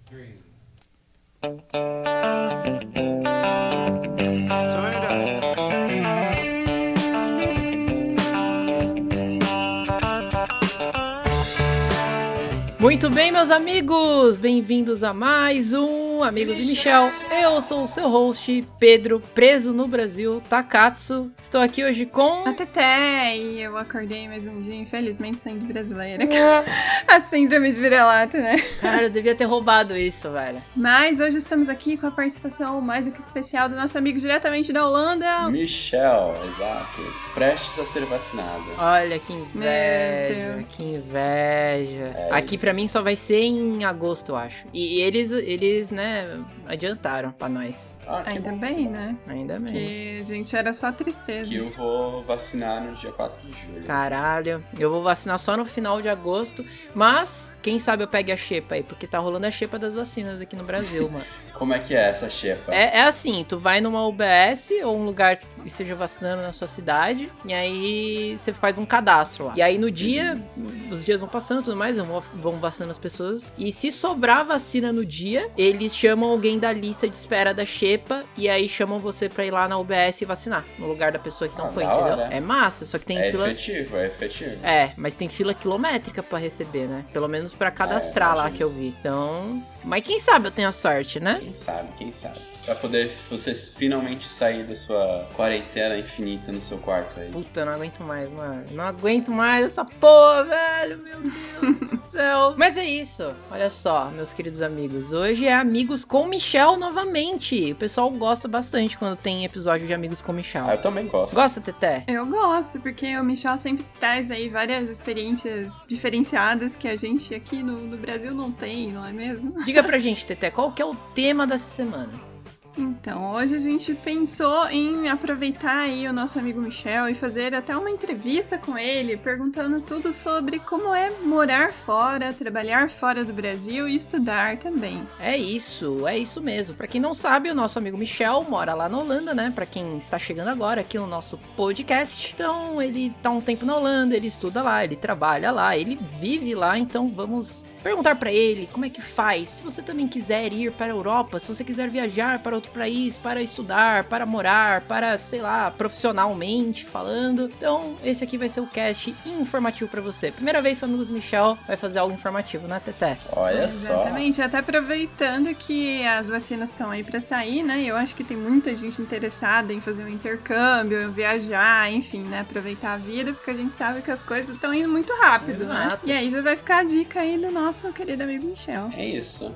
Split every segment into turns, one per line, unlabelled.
three.
Muito bem, meus amigos! Bem-vindos a mais um Amigos e Michel. Eu sou o seu host, Pedro, preso no Brasil, Takatsu. Estou aqui hoje com...
A Teté, e eu acordei mais um dia, infelizmente, sendo brasileira. A síndrome de vira-lata, né?
Caralho, eu devia ter roubado isso, velho.
Mas hoje estamos aqui com a participação mais do que especial do nosso amigo diretamente da Holanda.
Michel, exato. Prestes a ser vacinado.
Olha que inveja, que inveja. Aqui pra mim só vai ser em agosto, eu acho. E eles, né, adiantaram pra nós.
Ainda bem, né?
Ainda bem.
Que, gente, era só tristeza.
Que eu vou vacinar no dia 4 de julho.
Caralho, eu vou vacinar só no final de agosto. Mas, quem sabe eu pegue a xepa aí, porque tá rolando a xepa das vacinas aqui no Brasil, mano.
Como é que é essa xepa?
É assim, tu vai numa UBS ou um lugar que esteja vacinando na sua cidade, e aí você faz um cadastro lá. E aí no dia, os dias vão passando e tudo mais, vão vacinando as pessoas. E se sobrar vacina no dia, eles chamam alguém da lista de espera da xepa, e aí chamam você pra ir lá na UBS e vacinar, no lugar da pessoa que não foi, entendeu?
Hora.
É massa, só que tem fila...
É efetivo.
É, mas tem fila quilométrica pra receber, né? Pelo menos pra cadastrar lá que eu vi. Então... Mas quem sabe eu tenho a sorte, né?
Quem sabe. Pra poder você finalmente sair da sua quarentena infinita no seu quarto aí.
Puta, eu não aguento mais, mano. Não aguento mais essa porra, velho. Meu Deus do céu. Mas é isso. Olha só, meus queridos amigos. Hoje é Amigos com Michel novamente. O pessoal gosta bastante quando tem episódio de Amigos com Michel.
Eu também gosto.
Gosta, Teté?
Eu gosto, porque o Michel sempre traz aí várias experiências diferenciadas que a gente aqui no Brasil não tem, não é mesmo?
Diga pra gente, Teté, qual que é o tema dessa semana?
Então, hoje a gente pensou em aproveitar aí o nosso amigo Michel e fazer até uma entrevista com ele, perguntando tudo sobre como é morar fora, trabalhar fora do Brasil e estudar também.
É isso mesmo. Pra quem não sabe, o nosso amigo Michel mora lá na Holanda, né? Pra quem está chegando agora aqui no nosso podcast. Então, ele tá um tempo na Holanda, ele estuda lá, ele trabalha lá, ele vive lá, então vamos... perguntar pra ele como é que faz. Se você também quiser ir para a Europa, se você quiser viajar para outro país, para estudar, para morar, para, sei lá, profissionalmente falando. Então, esse aqui vai ser o cast informativo pra você. Primeira vez que o Amigos Michel vai fazer algo informativo, né, Teté?
Olha só.
Exatamente, até aproveitando que as vacinas estão aí pra sair, né? Eu acho que tem muita gente interessada em fazer um intercâmbio, viajar, enfim, né? Aproveitar a vida, porque a gente sabe que as coisas estão indo muito rápido,
Exato.
né? E aí já vai ficar a dica aí do nosso querido amigo Michel.
É isso.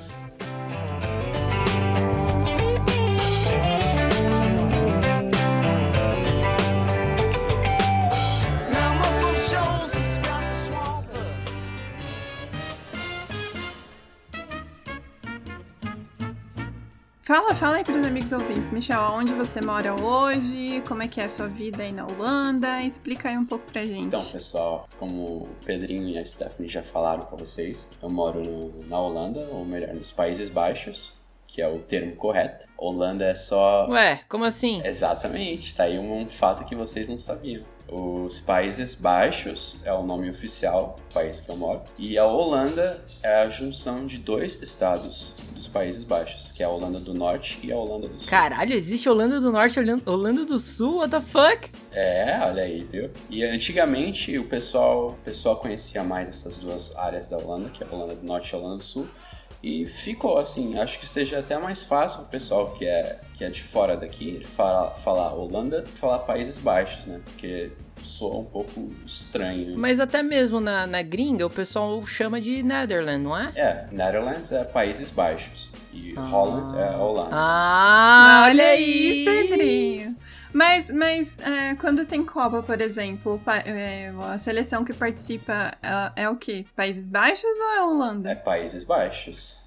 Fala aí pros amigos ouvintes, Michel, onde você mora hoje, como é que é a sua vida aí na Holanda, explica aí um pouco pra gente.
Então, pessoal, como o Pedrinho e a Stephanie já falaram pra vocês, eu moro na Holanda, ou melhor, nos Países Baixos, que é o termo correto. Holanda é só...
Ué, como assim?
Exatamente, tá aí um fato que vocês não sabiam. Os Países Baixos é o nome oficial do país que eu moro. E a Holanda é a junção de dois estados dos Países Baixos, que é a Holanda do Norte e a Holanda do Sul.
Caralho, existe Holanda do Norte e Holanda do Sul? What the fuck?
É, olha aí, viu? E antigamente o pessoal conhecia mais essas duas áreas da Holanda, que é a Holanda do Norte e a Holanda do Sul. E ficou assim, acho que seja até mais fácil o pessoal que é de fora daqui falar Holanda e falar Países Baixos, né? Porque soa um pouco estranho.
Mas até mesmo na gringa o pessoal chama de Netherlands, não é?
É, Netherlands é Países Baixos e Holland é a Holanda.
Olha aí,
Pedrinho! Mas quando tem Copa, por exemplo, a seleção que participa é o quê? Países Baixos ou é Holanda?
É Países Baixos.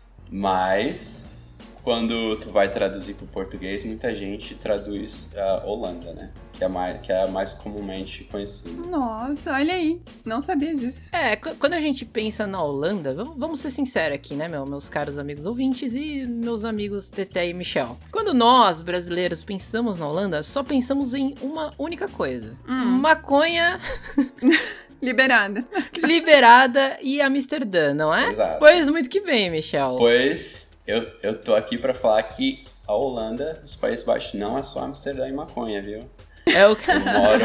Mas quando tu vai traduzir pro português, muita gente traduz a Holanda, né? Que é a mais comumente conhecida.
Nossa, olha aí. Não sabia disso.
Quando a gente pensa na Holanda, vamos ser sinceros aqui, né, meus caros amigos ouvintes e meus amigos Teté e Michel. Quando nós, brasileiros, pensamos na Holanda, só pensamos em uma única coisa. Maconha...
Liberada
e Amsterdã, não é?
Exato.
Pois muito que bem, Michel.
Pois eu tô aqui pra falar que a Holanda, os Países Baixos, não é só Amsterdã e maconha, viu?
É o
Eu moro...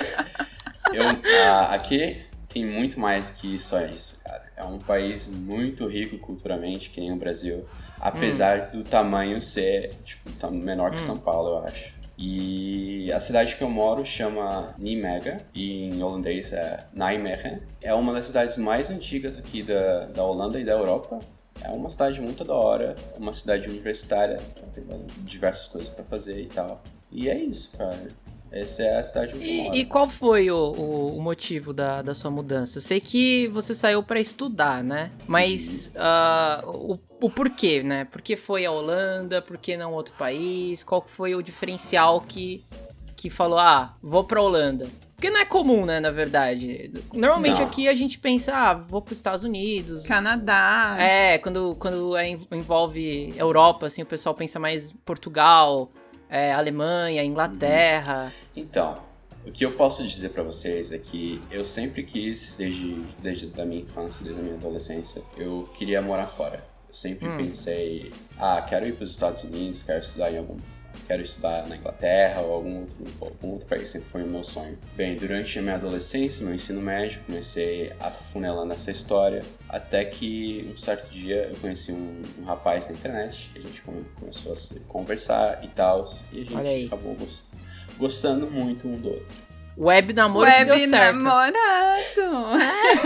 aqui tem muito mais que só isso, cara. É um país muito rico culturalmente, que nem o Brasil. Apesar do tamanho ser, tipo, menor que São Paulo, eu acho. E a cidade que eu moro chama Nijmegen, e em holandês é Nijmegen. É uma das cidades mais antigas aqui da Holanda e da Europa. É uma cidade muito da hora, é uma cidade universitária, tem diversas coisas pra fazer e tal. E é isso, cara. Essa é a cidade onde eu moro.
E qual foi o motivo da sua mudança? Eu sei que você saiu pra estudar, né? Mas o porquê, né? Por que foi a Holanda? Por que não outro país? Qual foi o diferencial que falou, vou pra Holanda? Porque não é comum, né, na verdade. Normalmente aqui a gente pensa, vou pros Estados Unidos.
Canadá.
Quando envolve Europa, assim, o pessoal pensa mais Portugal, Alemanha, Inglaterra.
Então, o que eu posso dizer pra vocês é que eu sempre quis, desde a minha infância, desde a minha adolescência, eu queria morar fora. Eu sempre pensei, quero ir pros Estados Unidos, quero estudar na Inglaterra ou algum outro país, sempre foi o meu sonho. Bem, durante a minha adolescência, meu ensino médio, comecei a funilar nessa história, até que um certo dia eu conheci um rapaz na internet, a gente começou a se conversar e tal, e a gente acabou gostando muito um do outro.
Web namoro que deu certo.
Namorado!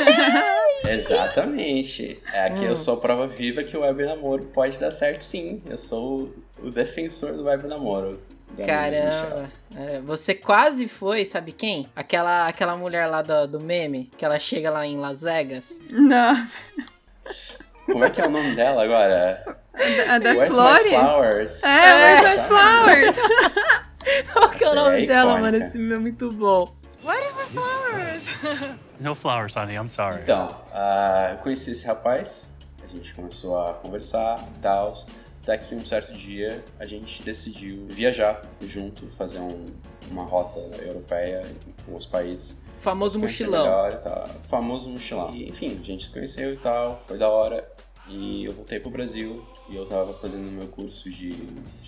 Exatamente. Aqui eu sou a prova viva que o web namoro pode dar certo, sim. Eu sou o defensor do web namoro.
Caramba, você quase foi, sabe quem? Aquela mulher lá do meme, que ela chega lá em Las Vegas.
Não.
Como é que é o nome dela agora?
A das
Where's
flores?
My Flowers?
Where's My Flowers?
Qual que é o nome dela,
icônica.
mano? Esse meme é muito bom.
What is my flowers?
No flowers, honey, I'm sorry.
Então, eu conheci esse rapaz, a gente começou a conversar e tal, até que um certo dia a gente decidiu viajar junto, fazer uma rota europeia com os países.
Famoso mochilão.
Melhor, tá? Famoso mochilão. E, enfim, a gente se conheceu e tal, foi da hora. E eu voltei pro Brasil e eu tava fazendo meu curso de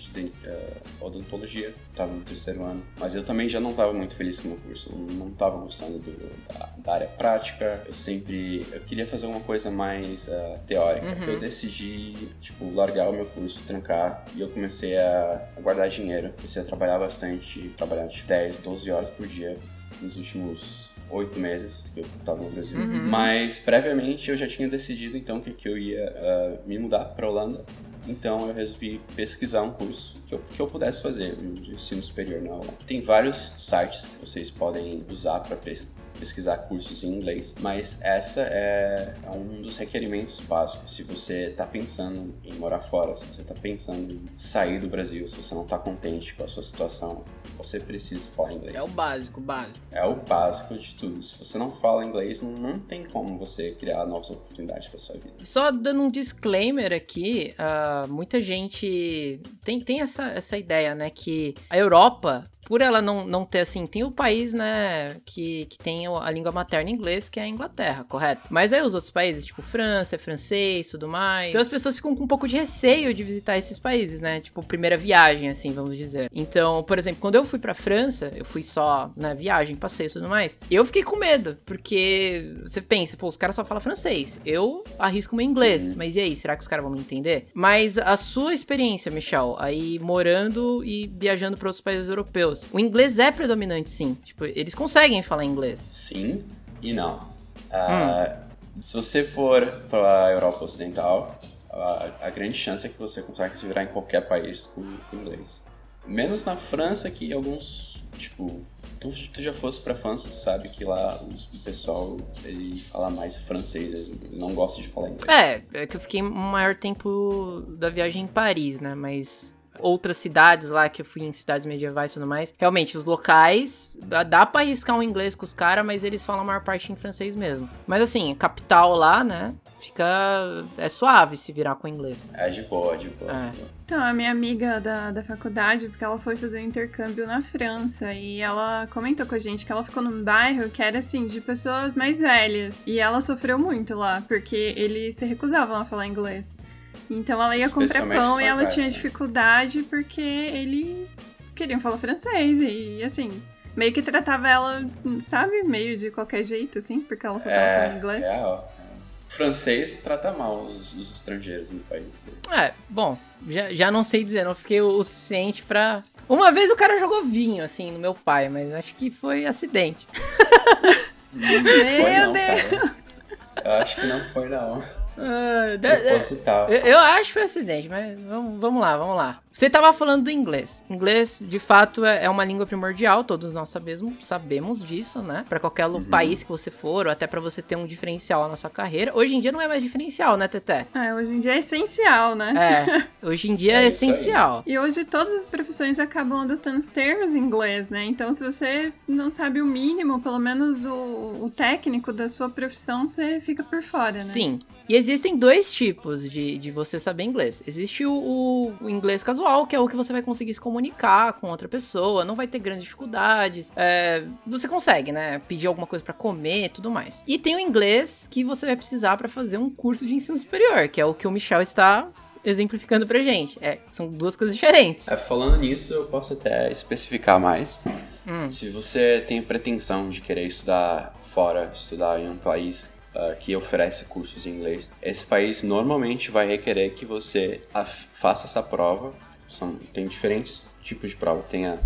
odontologia, tava no 3º ano. Mas eu também já não tava muito feliz com o meu curso, eu não tava gostando da área prática. Eu queria fazer uma coisa mais teórica. Eu decidi, largar o meu curso, trancar, e eu comecei a guardar dinheiro. Comecei a trabalhar bastante, trabalhar de 10, 12 horas por dia nos últimos 8 meses que eu estava no Brasil. Mas, previamente, eu já tinha decidido, então, que eu ia me mudar para Holanda. Então, eu resolvi pesquisar um curso que eu pudesse fazer de ensino superior na Holanda. Tem vários sites que vocês podem usar para pesquisar cursos em inglês, mas essa é um dos requerimentos básicos. Se você está pensando em morar fora, se você está pensando em sair do Brasil, se você não está contente com a sua situação, você precisa falar inglês.
É o básico.
É o básico de tudo. Se você não fala inglês, não tem como você criar novas oportunidades para sua vida.
Só dando um disclaimer aqui, muita gente tem essa ideia, né, que a Europa, por ela não ter, assim, tem o país, né, que tem a língua materna em inglês, que é a Inglaterra, correto? Mas aí os outros países, tipo França, é francês, tudo mais. Então as pessoas ficam com um pouco de receio de visitar esses países, né, tipo, primeira viagem, assim, vamos dizer. Então, por exemplo, quando eu fui pra França, eu fui só na viagem, passeio e tudo mais, eu fiquei com medo, porque você pensa, os caras só falam francês, eu arrisco meu inglês, mas e aí, será que os caras vão me entender? Mas a sua experiência, Michel, aí morando e viajando para outros países europeus, o inglês é predominante, sim. Tipo, eles conseguem falar inglês.
Sim e não. Se você for para a Europa Ocidental, a grande chance é que você consegue se virar em qualquer país com inglês. Menos na França, que alguns, tu já fosse pra França, tu sabe que lá o pessoal, ele fala mais francês, ele não gosta de falar inglês.
É que eu fiquei o maior tempo da viagem em Paris, né, mas outras cidades lá, que eu fui em cidades medievais e tudo mais, realmente, os locais, dá pra arriscar um inglês com os caras, mas eles falam a maior parte em francês mesmo. Mas assim, capital lá, né, é suave se virar com inglês.
É de boa.
Então, a minha amiga da faculdade, porque ela foi fazer um intercâmbio na França, e ela comentou com a gente que ela ficou num bairro que era, assim, de pessoas mais velhas, e ela sofreu muito lá, porque eles se recusavam a falar inglês. Então ela ia comprar
Especialmente
pão
os
e
mais
ela
velhos,
tinha
né?
dificuldade porque eles queriam falar francês e assim, meio que tratava ela, sabe, meio de qualquer jeito, assim, porque ela só tava falando inglês.
O francês trata mal os estrangeiros no país.
Bom, já não sei dizer, não fiquei o suficiente pra... Uma vez o cara jogou vinho, assim, no meu pai, mas acho que foi acidente.
Meu Deus!
Cara. Eu acho que não foi, não.
Proposital. Eu acho que foi acidente, mas vamos lá. Você tava falando do inglês. Inglês, de fato, é uma língua primordial, todos nós sabemos disso, né? Pra qualquer país que você for, ou até pra você ter um diferencial na sua carreira. Hoje em dia não é mais diferencial, né, Teté?
Hoje em dia é essencial, né?
Hoje em dia é essencial.
E hoje todas as profissões acabam adotando os termos em inglês, né? Então, se você não sabe o mínimo, pelo menos o técnico da sua profissão, você fica por fora, né?
Sim. E existem dois tipos de você saber inglês. Existe o inglês casual, que é o que você vai conseguir se comunicar com outra pessoa, não vai ter grandes dificuldades. Você consegue, né? Pedir alguma coisa pra comer e tudo mais. E tem o inglês que você vai precisar pra fazer um curso de ensino superior, que é o que o Michel está exemplificando pra gente. São duas coisas diferentes.
Falando nisso, eu posso até especificar mais. Se você tem a pretensão de querer estudar fora, estudar em um país que oferece cursos de inglês, esse país normalmente vai requerer que você faça essa prova. Tem diferentes tipos de prova. Tem a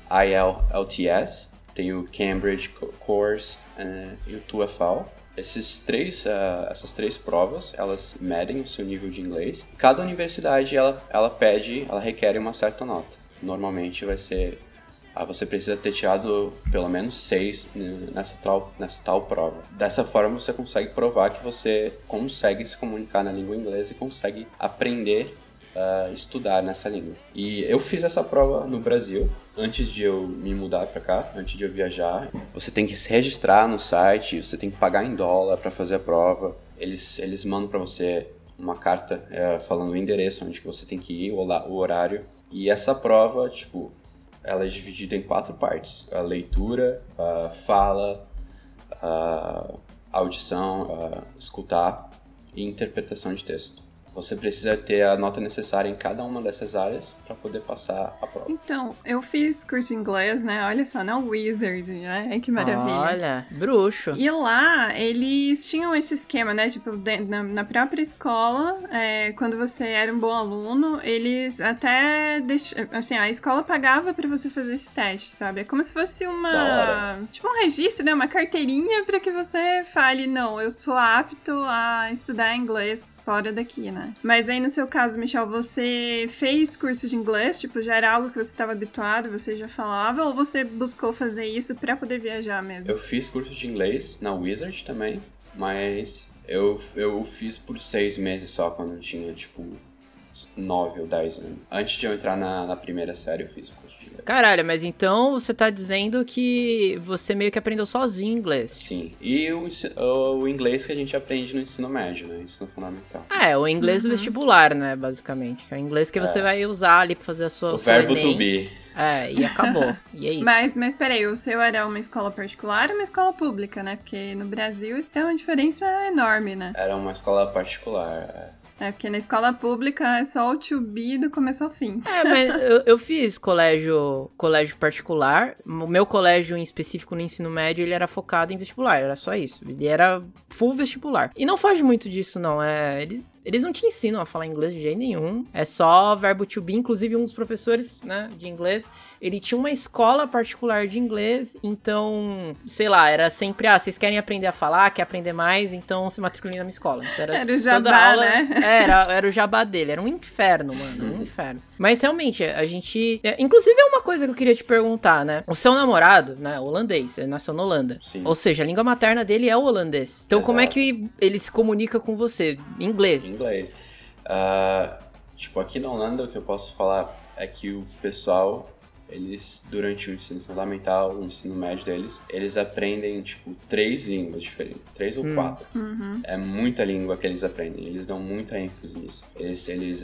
IELTS, tem o Cambridge Course e o TOEFL. Essas três provas, elas medem o seu nível de inglês. Cada universidade, ela requer uma certa nota. Normalmente vai ser... você precisa ter tirado pelo menos 6 nessa tal prova. Dessa forma, você consegue provar que você consegue se comunicar na língua inglesa e consegue aprender a estudar nessa língua. E eu fiz essa prova no Brasil, antes de eu me mudar pra cá, antes de eu viajar. Você tem que se registrar no site, você tem que pagar em dólar pra fazer a prova. Eles mandam pra você uma carta falando o endereço onde que você tem que ir, o horário. E essa prova, ela é dividida em 4 partes. A leitura, a fala, a audição, a escutar e interpretação de texto. Você precisa ter a nota necessária em cada uma dessas áreas para poder passar a prova.
Então, eu fiz curso de inglês, né? Olha só, na Wizard, né? Que maravilha.
Olha, bruxo.
E lá, eles tinham esse esquema, né? Na própria escola, quando você era um bom aluno, eles até... a escola pagava pra você fazer esse teste, sabe? É como se fosse um registro, né? Uma carteirinha pra que você fale, não, eu sou apto a estudar inglês fora daqui, né? Mas aí, no seu caso, Michel, você fez curso de inglês? Já era algo que você estava habituado, você já falava? Ou você buscou fazer isso pra poder viajar mesmo?
Eu fiz curso de inglês na Wizard também, mas eu fiz por 6 meses só, quando eu tinha, 9 ou 10 anos. Antes de eu entrar na primeira série, eu fiz o curso de inglês.
Caralho, mas então você tá dizendo que você meio que aprendeu sozinho inglês.
Sim. E o inglês que a gente aprende no ensino médio, né? Ensino fundamental.
O inglês do vestibular, né? Basicamente. É o inglês que você vai usar ali pra fazer a sua...
O verbo to be.
E acabou. E é isso.
Mas peraí, o seu era uma escola particular ou uma escola pública, né? Porque no Brasil isso tem uma diferença enorme, né?
Era uma escola particular,
porque na escola pública é só o to be do começo ao fim.
Mas eu fiz colégio particular. O meu colégio em específico no ensino médio, ele era focado em vestibular, era só isso. Ele era full vestibular. E não foge muito disso, não. Eles não te ensinam a falar inglês de jeito nenhum. É só verbo to be. Inclusive, um dos professores, né, de inglês, ele tinha uma escola particular de inglês. Então, sei lá, era sempre, vocês querem aprender a falar, quer aprender mais, então se matriculem na minha escola. Então,
era o jabá, né?
Era o jabá dele. Era um inferno, mano. Um inferno. Mas, realmente, a gente... inclusive, é uma coisa que eu queria te perguntar, né? O seu namorado, né, holandês, ele nasceu na Holanda.
Sim.
Ou seja, a língua materna dele é o holandês. Então, como é que ele se comunica com você? Em inglês?
Inglês. Aqui na Holanda, o que eu posso falar é que o pessoal, eles, durante o ensino fundamental, o ensino médio deles, eles aprendem, 3 línguas diferentes, 3 ou 4. É muita língua que eles aprendem, eles dão muita ênfase nisso. Eles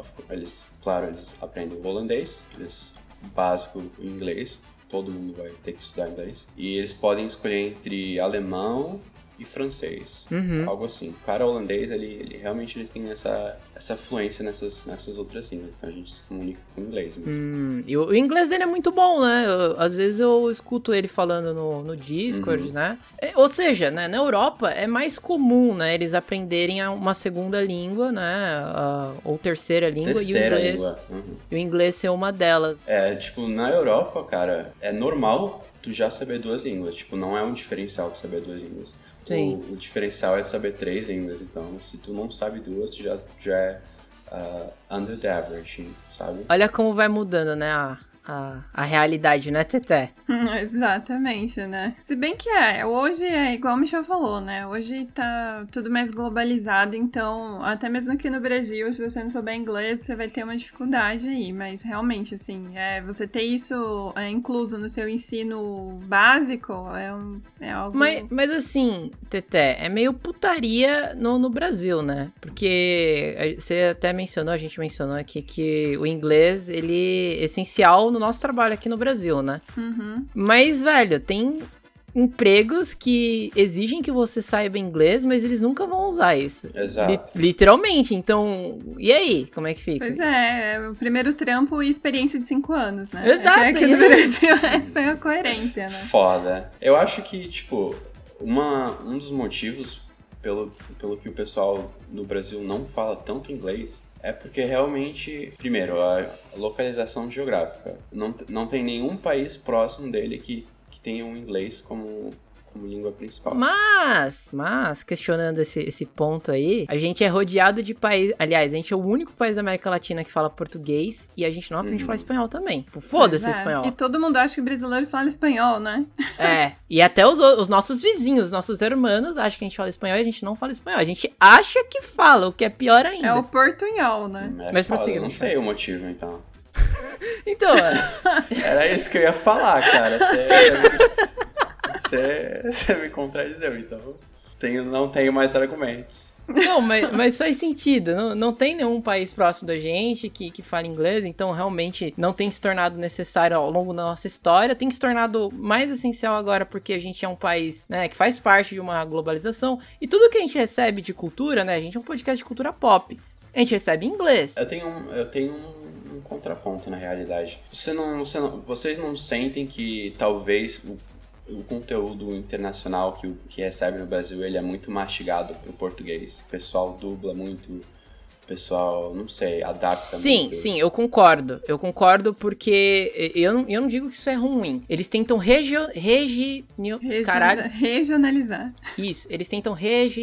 aprendem o holandês, básico o inglês, todo mundo vai ter que estudar inglês. E eles podem escolher entre alemão, e francês.
Uhum.
Algo assim. O cara holandês, ele realmente tem essa fluência nessas outras línguas. Então a gente se comunica com o inglês mesmo.
E o inglês dele é muito bom, né? Às vezes eu escuto ele falando no Discord, né? Ou seja, né, na Europa é mais comum, né? Eles aprenderem uma segunda língua, né? Ou terceira língua.
Terceira
e o inglês,
língua.
E o inglês ser uma delas.
Tipo, na Europa, cara, é normal tu já saber 2 línguas. Tipo, não é um diferencial tu saber 2 línguas.
Sim.
O diferencial é saber 3 línguas. Então, se tu não sabe 2, tu já é under the average, sabe?
Olha como vai mudando, né? A realidade, né, Teté?
Exatamente, né? Se bem que hoje é igual o Michel falou, né? Hoje tá tudo mais globalizado, então até mesmo aqui no Brasil, se você não souber inglês, você vai ter uma dificuldade aí, mas realmente, assim, você ter isso incluso no seu ensino básico é algo...
Mas assim, Teté, é meio putaria no Brasil, né? Porque você até mencionou, a gente mencionou aqui que o inglês, ele é essencial no nosso trabalho aqui no Brasil, né?
Uhum.
Mas, velho, tem empregos que exigem que você saiba inglês, mas eles nunca vão usar isso.
Exato.
Literalmente. Então, e aí? Como é que fica?
Pois é o primeiro trampo e experiência de 5 anos, né?
Exato.
Aqui no Brasil essa é a coerência, né?
Foda. Eu acho que, tipo, um dos motivos pelo que o pessoal no Brasil não fala tanto inglês é porque realmente, primeiro, a localização geográfica. Não tem nenhum país próximo dele que tenha um inglês como língua principal.
Mas, questionando esse ponto aí, a gente é rodeado de países... Aliás, a gente é o único país da América Latina que fala português e a gente não aprende a falar espanhol também. Foda-se espanhol.
E todo mundo acha que brasileiro fala espanhol, né?
E até os nossos vizinhos, nossos irmãos acham que a gente fala espanhol e a gente não fala espanhol. A gente acha que fala, o que é pior ainda.
É o portunhol, né?
Mas prossiga.
Eu não sei o motivo, então.
Então,
Era isso que eu ia falar, cara. Você me contradizeu, então não tenho mais argumentos.
Não, mas faz sentido. Não tem nenhum país próximo da gente que fala inglês, então realmente não tem se tornado necessário ao longo da nossa história. Tem se tornado mais essencial agora porque a gente é um país, né, que faz parte de uma globalização. E tudo que a gente recebe de cultura, né, a gente é um podcast de cultura pop. A gente recebe em inglês.
Eu tenho um contraponto na realidade. Vocês não sentem que talvez o conteúdo internacional que recebe no Brasil, ele é muito mastigado pro português? O pessoal dubla muito, o pessoal, não sei, adapta muito.
Sim, eu concordo. Eu concordo porque eu não digo que isso é ruim. Eles tentam
regionalizar.
Isso, eles tentam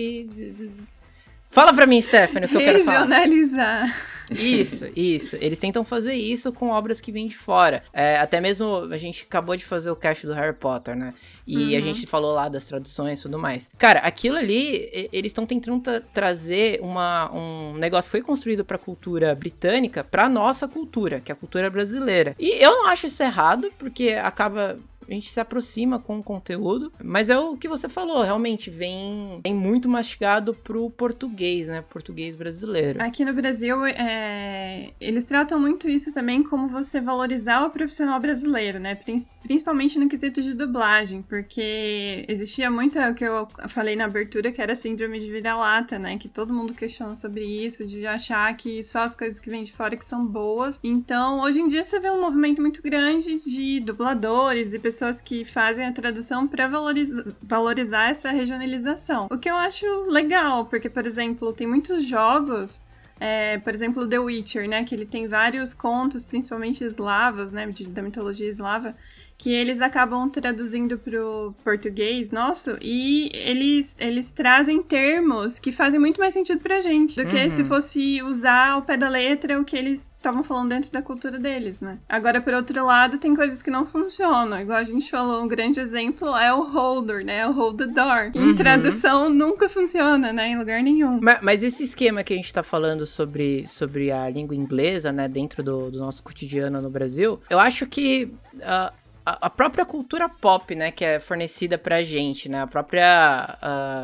Fala pra mim, Stephanie, o que eu quero falar.
Regionalizar.
Isso. Eles tentam fazer isso com obras que vêm de fora. Até mesmo a gente acabou de fazer o cast do Harry Potter, né? E a gente falou lá das traduções e tudo mais. Cara, aquilo ali, eles estão tentando trazer um negócio que foi construído pra cultura britânica pra nossa cultura, que é a cultura brasileira. E eu não acho isso errado, porque a gente se aproxima com o conteúdo, mas é o que você falou, realmente vem muito mastigado pro português, né? Português brasileiro.
Aqui no Brasil, eles tratam muito isso também como você valorizar o profissional brasileiro, né? Principalmente no quesito de dublagem, porque existia muito o que eu falei na abertura, que era a síndrome de vira-lata, né? Que todo mundo questiona sobre isso, de achar que só as coisas que vêm de fora que são boas. Então, hoje em dia, você vê um movimento muito grande de dubladores e pessoas que fazem a tradução para valorizar essa regionalização. O que eu acho legal, porque, por exemplo, tem muitos jogos, por exemplo, The Witcher, né, que ele tem vários contos, principalmente eslavos, né, da mitologia eslava, que eles acabam traduzindo pro português nosso e eles trazem termos que fazem muito mais sentido pra gente do que se fosse usar ao pé da letra o que eles estavam falando dentro da cultura deles, né? Agora, por outro lado, tem coisas que não funcionam. Igual a gente falou, um grande exemplo é o holder, né? O hold the door. Que em tradução nunca funciona, né? Em lugar nenhum.
Mas esse esquema que a gente tá falando sobre a língua inglesa, né? Dentro do nosso cotidiano no Brasil, eu acho que a própria cultura pop, né, que é fornecida pra gente, né, a própria,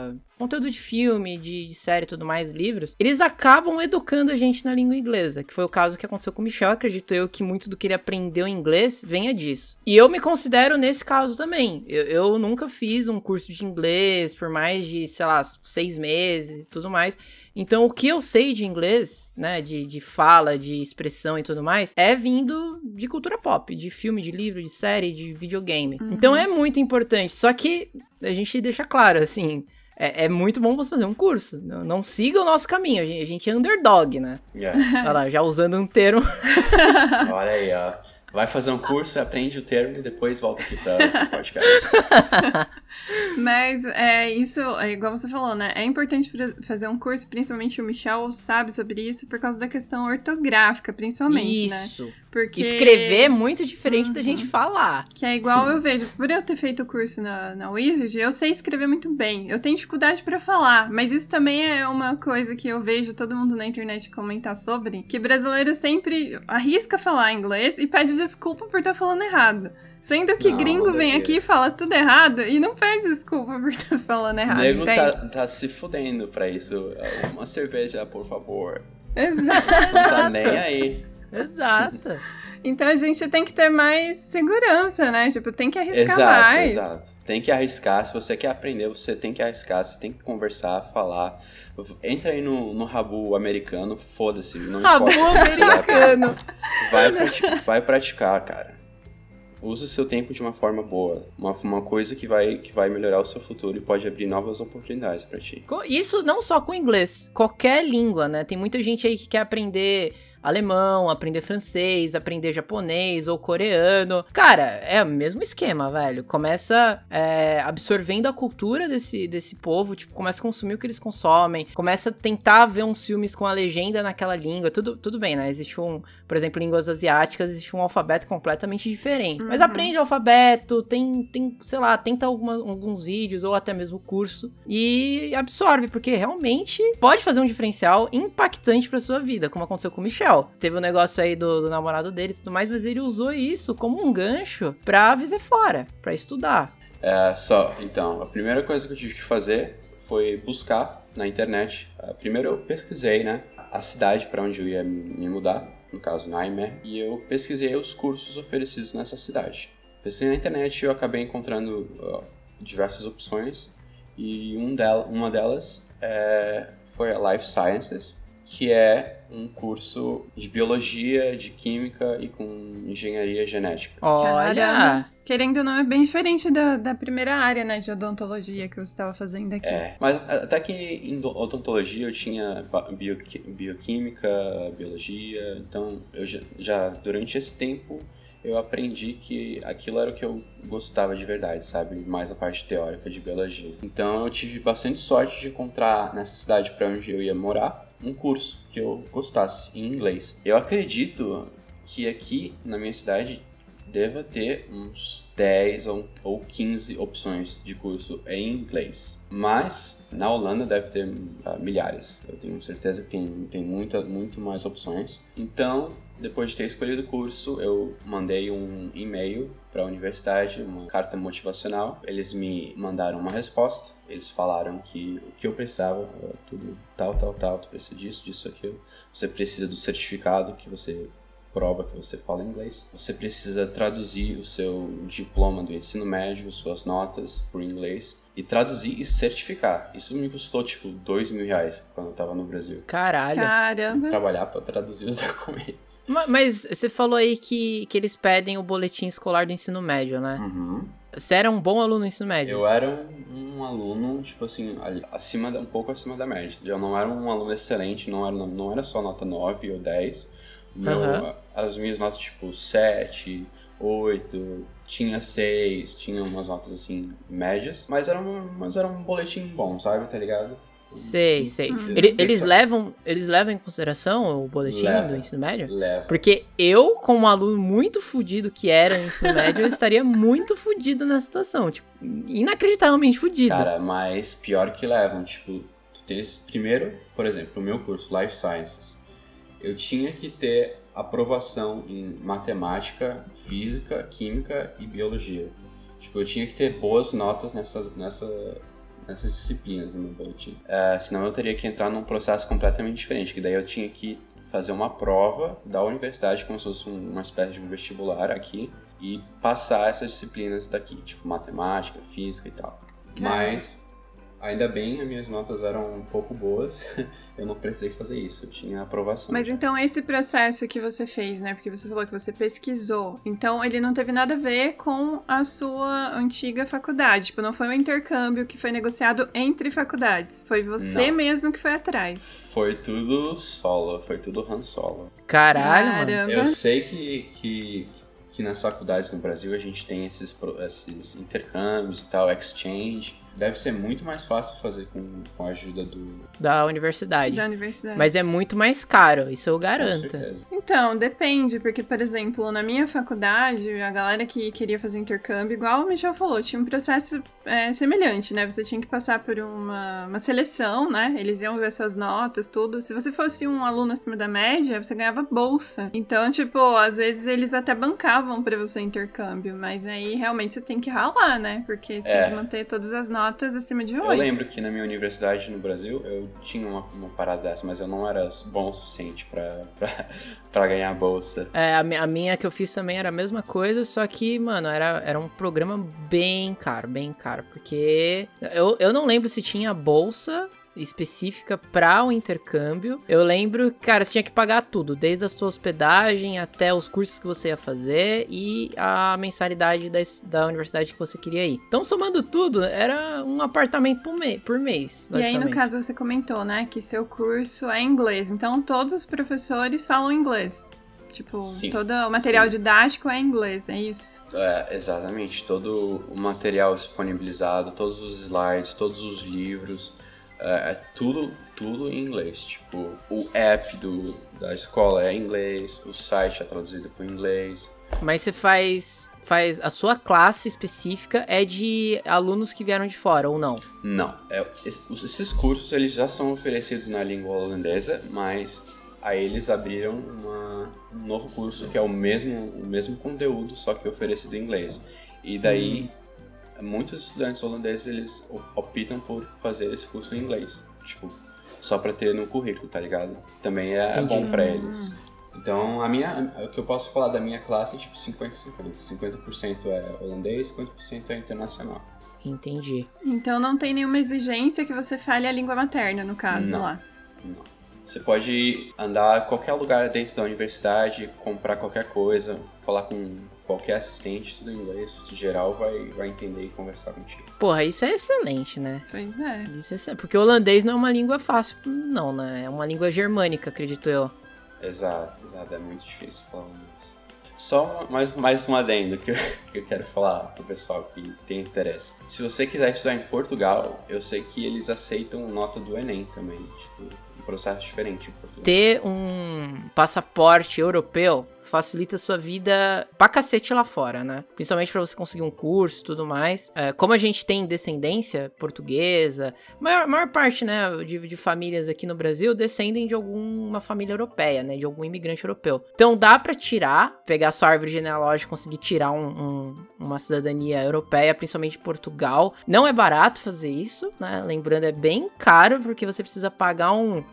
conteúdo de filme, de série e tudo mais, livros, eles acabam educando a gente na língua inglesa, que foi o caso que aconteceu com o Michel. Acredito eu que muito do que ele aprendeu em inglês venha disso. E eu me considero nesse caso também. Eu nunca fiz um curso de inglês por mais de, sei lá, 6 meses e tudo mais. Então, o que eu sei de inglês, né, de fala, de expressão e tudo mais, é vindo de cultura pop, de filme, de livro, de série, de videogame. Então, é muito importante. Só que a gente deixa claro, assim, é muito bom você fazer um curso. Não siga o nosso caminho, a gente é underdog, né? Olha lá, já usando um termo.
Olha aí, ó. Vai fazer um curso, aprende o termo e depois volta aqui pro podcast.
Mas isso, igual você falou, né? É importante fazer um curso, principalmente o Michel sabe sobre isso, por causa da questão ortográfica, principalmente, né?
Isso.
Porque
escrever é muito diferente da gente falar.
Que é igual eu vejo, por eu ter feito o curso na Wizard, eu sei escrever muito bem. Eu tenho dificuldade pra falar, mas isso também é uma coisa que eu vejo todo mundo na internet comentar sobre, que brasileiro sempre arrisca falar inglês e pede desculpa por estar falando errado. Sendo que gringo vem aqui e fala tudo errado e não pede desculpa por estar falando errado. O
nego tá se fudendo pra isso. Uma cerveja, por favor.
Exato.
Não tá nem aí.
Exato.
Então a gente tem que ter mais segurança, né? Tipo, tem que arriscar mais.
Exato. Tem que arriscar. Se você quer aprender, você tem que arriscar. Você tem que conversar, falar. Entra aí no Rabu americano, foda-se.
Rabu americano.
Vai praticar, cara. Use seu tempo de uma forma boa. Uma coisa que vai melhorar o seu futuro e pode abrir novas oportunidades pra ti.
Isso não só com inglês. Qualquer língua, né? Tem muita gente aí que quer aprender alemão, aprender francês, aprender japonês ou coreano. Cara, é o mesmo esquema, velho. Começa absorvendo a cultura desse povo, tipo, começa a consumir o que eles consomem, começa a tentar ver uns filmes com a legenda naquela língua. Tudo bem, né? Existe por exemplo, línguas asiáticas, existe um alfabeto completamente diferente. Mas aprende o alfabeto, sei lá, tenta alguns vídeos ou até mesmo curso e absorve, porque realmente pode fazer um diferencial impactante pra sua vida, como aconteceu com o Michel. Teve um negócio aí do namorado dele e tudo mais, mas ele usou isso como um gancho pra viver fora, pra estudar.
Então, a primeira coisa que eu tive que fazer foi buscar na internet. Primeiro eu pesquisei, né, a cidade pra onde eu ia me mudar, no caso Nijmegen, e eu pesquisei os cursos oferecidos nessa cidade. Pesquisei na internet e eu acabei encontrando diversas opções, e uma delas foi a Life Sciences, que é um curso de biologia, de química e com engenharia genética.
Olha!
Caramba. Querendo ou não, é bem diferente da primeira área, né, de odontologia que você estava fazendo aqui.
Mas até que em odontologia eu tinha bioquímica, biologia, então eu já durante esse tempo eu aprendi que aquilo era o que eu gostava de verdade, sabe? Mais a parte teórica de biologia. Então eu tive bastante sorte de encontrar nessa cidade para onde eu ia morar um curso que eu gostasse em inglês. Eu acredito que aqui na minha cidade deva ter uns 10 ou 15 opções de curso em inglês. Mas na Holanda deve ter milhares. Eu tenho certeza que tem muito mais opções. Então, depois de ter escolhido o curso, eu mandei um e-mail para a universidade, uma carta motivacional. Eles me mandaram uma resposta. Eles falaram que o que eu precisava era tudo tal, tu precisa disso, aquilo. Você precisa do certificado que você prova que você fala inglês. Você precisa traduzir o seu diploma do ensino médio, suas notas por inglês, e traduzir e certificar. Isso me custou, tipo, R$2.000 quando eu tava no Brasil.
Caralho.
Caramba.
Trabalhar pra traduzir os documentos.
Mas você falou aí que eles pedem o boletim escolar do ensino médio, né?
Uhum.
Você era um bom aluno no ensino médio?
Eu era um aluno, tipo assim, um pouco acima da média. Eu não era um aluno excelente, não era só nota 9 ou 10. As minhas notas, tipo, 7, 8, tinha 6, tinha umas notas, assim, médias. Mas era um boletim bom, sabe? Tá ligado?
Sei. Eles levam em consideração o boletim do ensino médio?
Leva.
Porque eu, como um aluno muito fudido que era no ensino médio, eu estaria muito fudido na situação. Tipo, inacreditavelmente fudido.
Cara, mas pior que levam. Tipo, tu tens... Primeiro, por exemplo, o meu curso, Life Sciences, eu tinha que ter aprovação em matemática, física, química e biologia. Tipo, eu tinha que ter boas notas nessas disciplinas no meu boletim. Senão eu teria que entrar num processo completamente diferente, que daí eu tinha que fazer uma prova da universidade, como se fosse uma espécie de um vestibular aqui, e passar essas disciplinas daqui, tipo matemática, física e tal. Mas, ainda bem, as minhas notas eram um pouco boas, eu não precisei fazer isso, eu tinha aprovação.
Mas então esse processo que você fez, né, porque você falou que você pesquisou, então ele não teve nada a ver com a sua antiga faculdade, tipo, não foi um intercâmbio que foi negociado entre faculdades, foi você mesmo que foi atrás.
Foi tudo solo, foi tudo Han Solo.
Caralho, mano.
Eu sei que nas faculdades no Brasil a gente tem esses intercâmbios e tal, exchange. Deve ser muito mais fácil fazer com a ajuda
da universidade.
Da universidade.
Mas é muito mais caro, isso eu garanto.
Com certeza.
Então, depende, porque, por exemplo, na minha faculdade, a galera que queria fazer intercâmbio, igual o Michel falou, tinha um processo semelhante, né? Você tinha que passar por uma seleção, né? Eles iam ver suas notas, tudo. Se você fosse um aluno acima da média, você ganhava bolsa. Então, tipo, às vezes eles até bancavam pra você intercâmbio, mas aí realmente você tem que ralar, né? Porque você tem que manter todas as notas acima de 8.
Eu lembro que na minha universidade no Brasil, eu tinha uma parada dessa, mas eu não era bom o suficiente pra ganhar bolsa.
A minha que eu fiz também era a mesma coisa, só que, mano, era um programa bem caro, porque eu não lembro se tinha bolsa específica para o intercâmbio. Eu lembro, cara, você tinha que pagar tudo, desde a sua hospedagem até os cursos que você ia fazer e a mensalidade da universidade que você queria ir. Então, somando tudo, era um apartamento por mês,
basicamente. E aí, no caso, você comentou, né, que seu curso é inglês. Então, todos os professores falam inglês. Tipo, sim, todo o material didático é em inglês, é isso?
Exatamente. Todo o material disponibilizado, todos os slides, todos os livros, tudo em inglês. Tipo, o app da escola é em inglês, o site é traduzido para o inglês.
Mas você faz a sua classe específica é de alunos que vieram de fora, ou não?
Não. Esses cursos eles já são oferecidos na língua holandesa, mas aí eles abriram um novo curso que é o mesmo conteúdo, só que oferecido em inglês. E daí, muitos estudantes holandeses, eles optam por fazer esse curso em inglês. Tipo, só pra ter no currículo, tá ligado? Também é bom pra eles. Então, o que eu posso falar da minha classe é tipo 50-50. 50% é holandês, 50% é internacional.
Entendi.
Então não tem nenhuma exigência que você fale a língua materna, no caso, lá.
Não. Você pode andar a qualquer lugar dentro da universidade, comprar qualquer coisa, falar com qualquer assistente, tudo em inglês. Em geral, vai entender e conversar contigo.
Porra, isso é excelente, né?
Pois é.
Isso é porque o holandês não é uma língua fácil, não, né? É uma língua germânica, acredito eu.
Exato. É muito difícil falar holandês. Só mais um adendo que eu quero falar pro pessoal que tem interesse. Se você quiser estudar em Portugal, eu sei que eles aceitam nota do Enem também, tipo, um processo diferente em Portugal.
Ter um passaporte europeu facilita a sua vida pra cacete lá fora, né? Principalmente pra você conseguir um curso e tudo mais. Como a gente tem descendência portuguesa, maior parte, né, de famílias aqui no Brasil descendem de alguma família europeia, né? De algum imigrante europeu. Então dá pra pegar sua árvore genealógica, conseguir tirar uma cidadania europeia, principalmente de Portugal. Não é barato fazer isso, né? Lembrando, é bem caro, porque você precisa pagar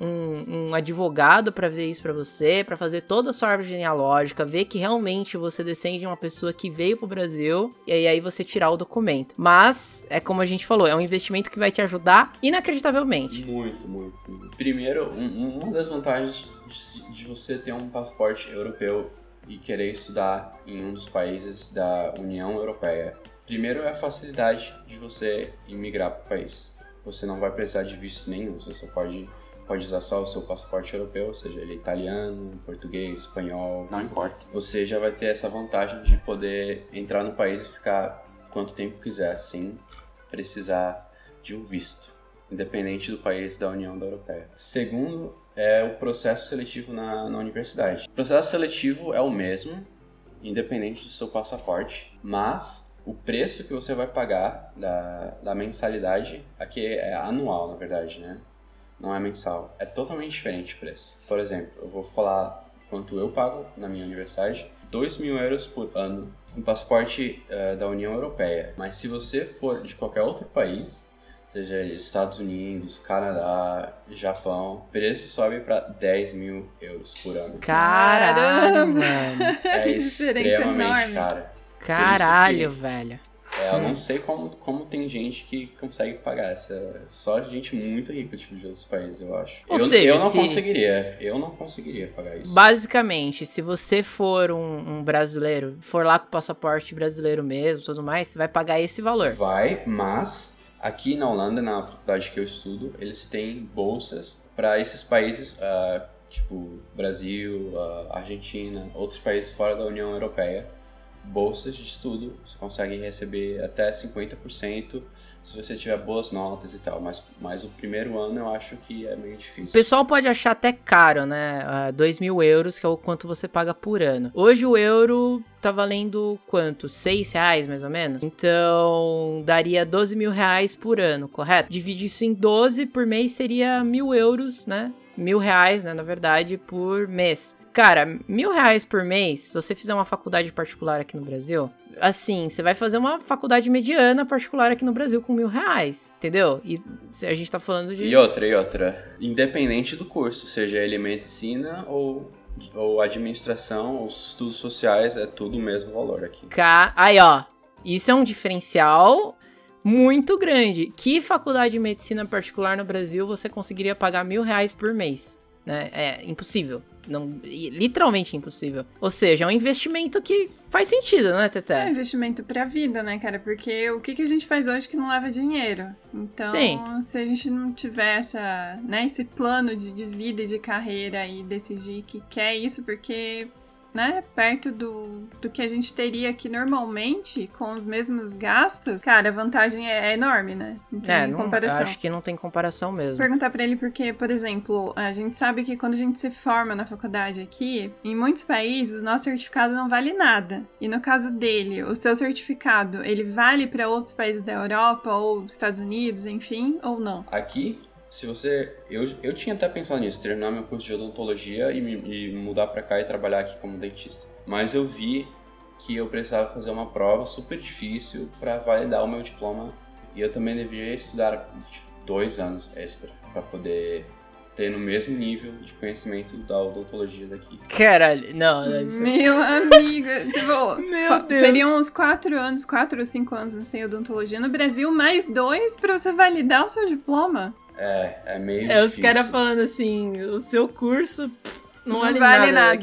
um advogado pra ver isso pra você, pra fazer toda a sua árvore genealógica, ver que realmente você descende de uma pessoa que veio pro Brasil, e aí você tirar o documento. Mas, é como a gente falou, é um investimento que vai te ajudar inacreditavelmente.
Muito. Primeiro, uma das vantagens de você ter um passaporte europeu e querer estudar em um dos países da União Europeia, primeiro é a facilidade de você imigrar para o país. Você não vai precisar de visto nenhum, você só pode usar só o seu passaporte europeu, ou seja, ele é italiano, português, espanhol, não importa. Você já vai ter essa vantagem de poder entrar no país e ficar quanto tempo quiser, sem precisar de um visto, independente do país da União Europeia. Segundo, é o processo seletivo na universidade. O processo seletivo é o mesmo, independente do seu passaporte, mas o preço que você vai pagar da mensalidade, aqui é anual, na verdade, né? Não é mensal. É totalmente diferente o preço. Por exemplo, eu vou falar quanto eu pago na minha universidade. 2.000 euros por ano com passaporte da União Europeia. Mas se você for de qualquer outro país, seja ele Estados Unidos, Canadá, Japão, o preço sobe pra 10 mil euros por ano.
Caralho, mano.
É
Diferença
extremamente
enorme.
caro.
Caralho, velho.
Eu não sei como tem gente que consegue pagar. Só gente muito rica, tipo, de outros países, eu acho.
Ou seja,
eu não conseguiria pagar isso.
Basicamente, se você for um brasileiro, for lá com o passaporte brasileiro mesmo, tudo mais, você vai pagar esse valor.
Vai, mas aqui na Holanda, na faculdade que eu estudo, eles têm bolsas para esses países, tipo Brasil, Argentina, outros países fora da União Europeia. Bolsas de estudo, você consegue receber até 50% se você tiver boas notas e tal, mas o primeiro ano eu acho que é meio difícil.
O pessoal pode achar até caro, né? 2 mil euros, que é o quanto você paga por ano. Hoje o euro tá valendo quanto? 6 reais, mais ou menos? Então, daria 12 mil reais por ano, correto? Divide isso em 12, por mês seria 1.000 euros, né? 1.000 reais, né, na verdade, por mês. Cara, 1.000 reais por mês, se você fizer uma faculdade particular aqui no Brasil, assim, você vai fazer uma faculdade mediana particular aqui no Brasil com 1.000 reais, entendeu? E a gente tá falando de...
E outra, independente do curso, seja ele medicina ou administração, ou estudos sociais, é tudo o mesmo valor aqui.
Aí, ó, isso é um diferencial muito grande. Que faculdade de medicina particular no Brasil você conseguiria pagar 1.000 reais por mês? Né? É impossível. Não, literalmente impossível. Ou seja, é um investimento que faz sentido, né, Teté?
É um investimento pra vida, né, cara? Porque o que a gente faz hoje que não leva dinheiro? Então,
sim,
se a gente não tiver esse plano de vida e de carreira e decidir que quer isso, porque... né, perto do que a gente teria aqui normalmente, com os mesmos gastos, cara, a vantagem é enorme, né? Não tem comparação.
Eu acho que não tem comparação mesmo.
Perguntar pra ele porque, por exemplo, a gente sabe que quando a gente se forma na faculdade aqui, em muitos países, nosso certificado não vale nada. E no caso dele, o seu certificado, ele vale pra outros países da Europa ou Estados Unidos, enfim, ou não?
Aqui... Se você... Eu tinha até pensado nisso, terminar meu curso de odontologia e me mudar pra cá e trabalhar aqui como dentista. Mas eu vi que eu precisava fazer uma prova super difícil pra validar o meu diploma. E eu também deveria estudar 2 anos extra pra poder ter no mesmo nível de conhecimento da odontologia daqui.
Caralho, não.
Meu amigo, tipo,
Meu Deus.
Seriam uns 4 ou 5 anos sem odontologia no Brasil, mais 2 pra você validar o seu diploma.
É meio difícil.
Os caras falando assim, o seu curso não vale
nada.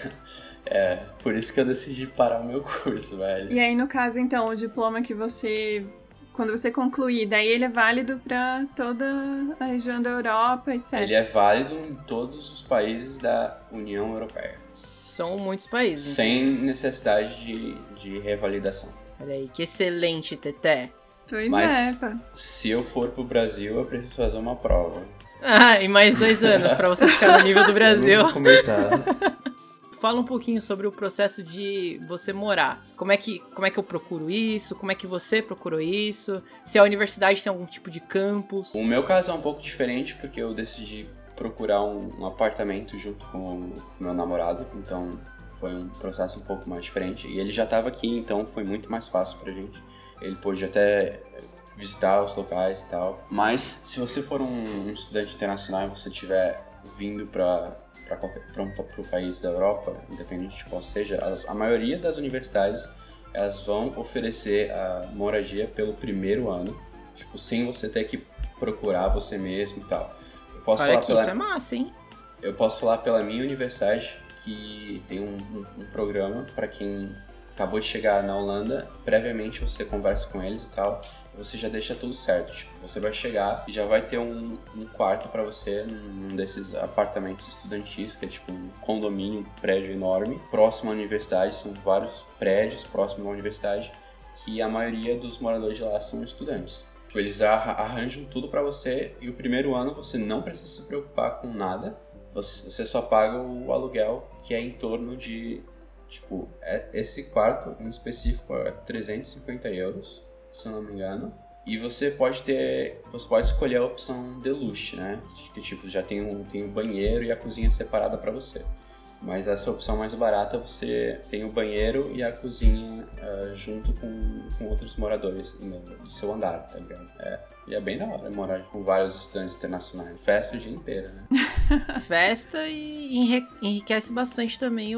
Por isso que eu decidi parar o meu curso, velho.
E aí, no caso, então, o diploma que você... Quando você concluir, daí ele é válido pra toda a região da Europa, etc.
Ele é válido em todos os países da União Europeia.
São muitos países.
Sem necessidade de revalidação.
Olha aí, que excelente, Teté.
Mas
pá. Se eu for pro Brasil, eu preciso fazer uma prova.
E mais 2 anos pra você ficar no nível do Brasil.
Eu vou comentar.
Fala um pouquinho sobre o processo de você morar. Como é que eu procuro isso? Como é que você procurou isso? Se a universidade tem algum tipo de campus?
O meu caso é um pouco diferente, porque eu decidi procurar um apartamento junto com o meu namorado. Então, foi um processo um pouco mais diferente. E ele já estava aqui, então foi muito mais fácil pra gente. Ele pôde até visitar os locais e tal. Mas, se você for um estudante internacional e você estiver vindo para o país da Europa, independente de qual seja, a maioria das universidades elas vão oferecer a moradia pelo primeiro ano, tipo, sem você ter que procurar você mesmo e tal. Eu posso
Olha
falar
que isso é massa, hein?
Eu posso falar pela minha universidade que tem um programa para quem acabou de chegar na Holanda, previamente você conversa com eles e tal, e você já deixa tudo certo. Tipo, você vai chegar e já vai ter um quarto pra você num desses apartamentos estudantis, que é tipo um condomínio, um prédio enorme, próximo à universidade, são vários prédios próximos à universidade, que a maioria dos moradores de lá são estudantes. Tipo, eles arranjam tudo pra você e o primeiro ano você não precisa se preocupar com nada, você só paga o aluguel, que é em torno de... Tipo, esse quarto em específico é 350 euros, se eu não me engano. E você pode escolher a opção deluxe, né? Que tipo, já tem o banheiro e a cozinha separada pra você. Mas essa opção mais barata, você tem o banheiro e a cozinha junto com outros moradores do seu andar, tá ligado? E é bem da hora morar com vários estudantes internacionais. Festa o dia inteiro, né?
Festa e enriquece bastante também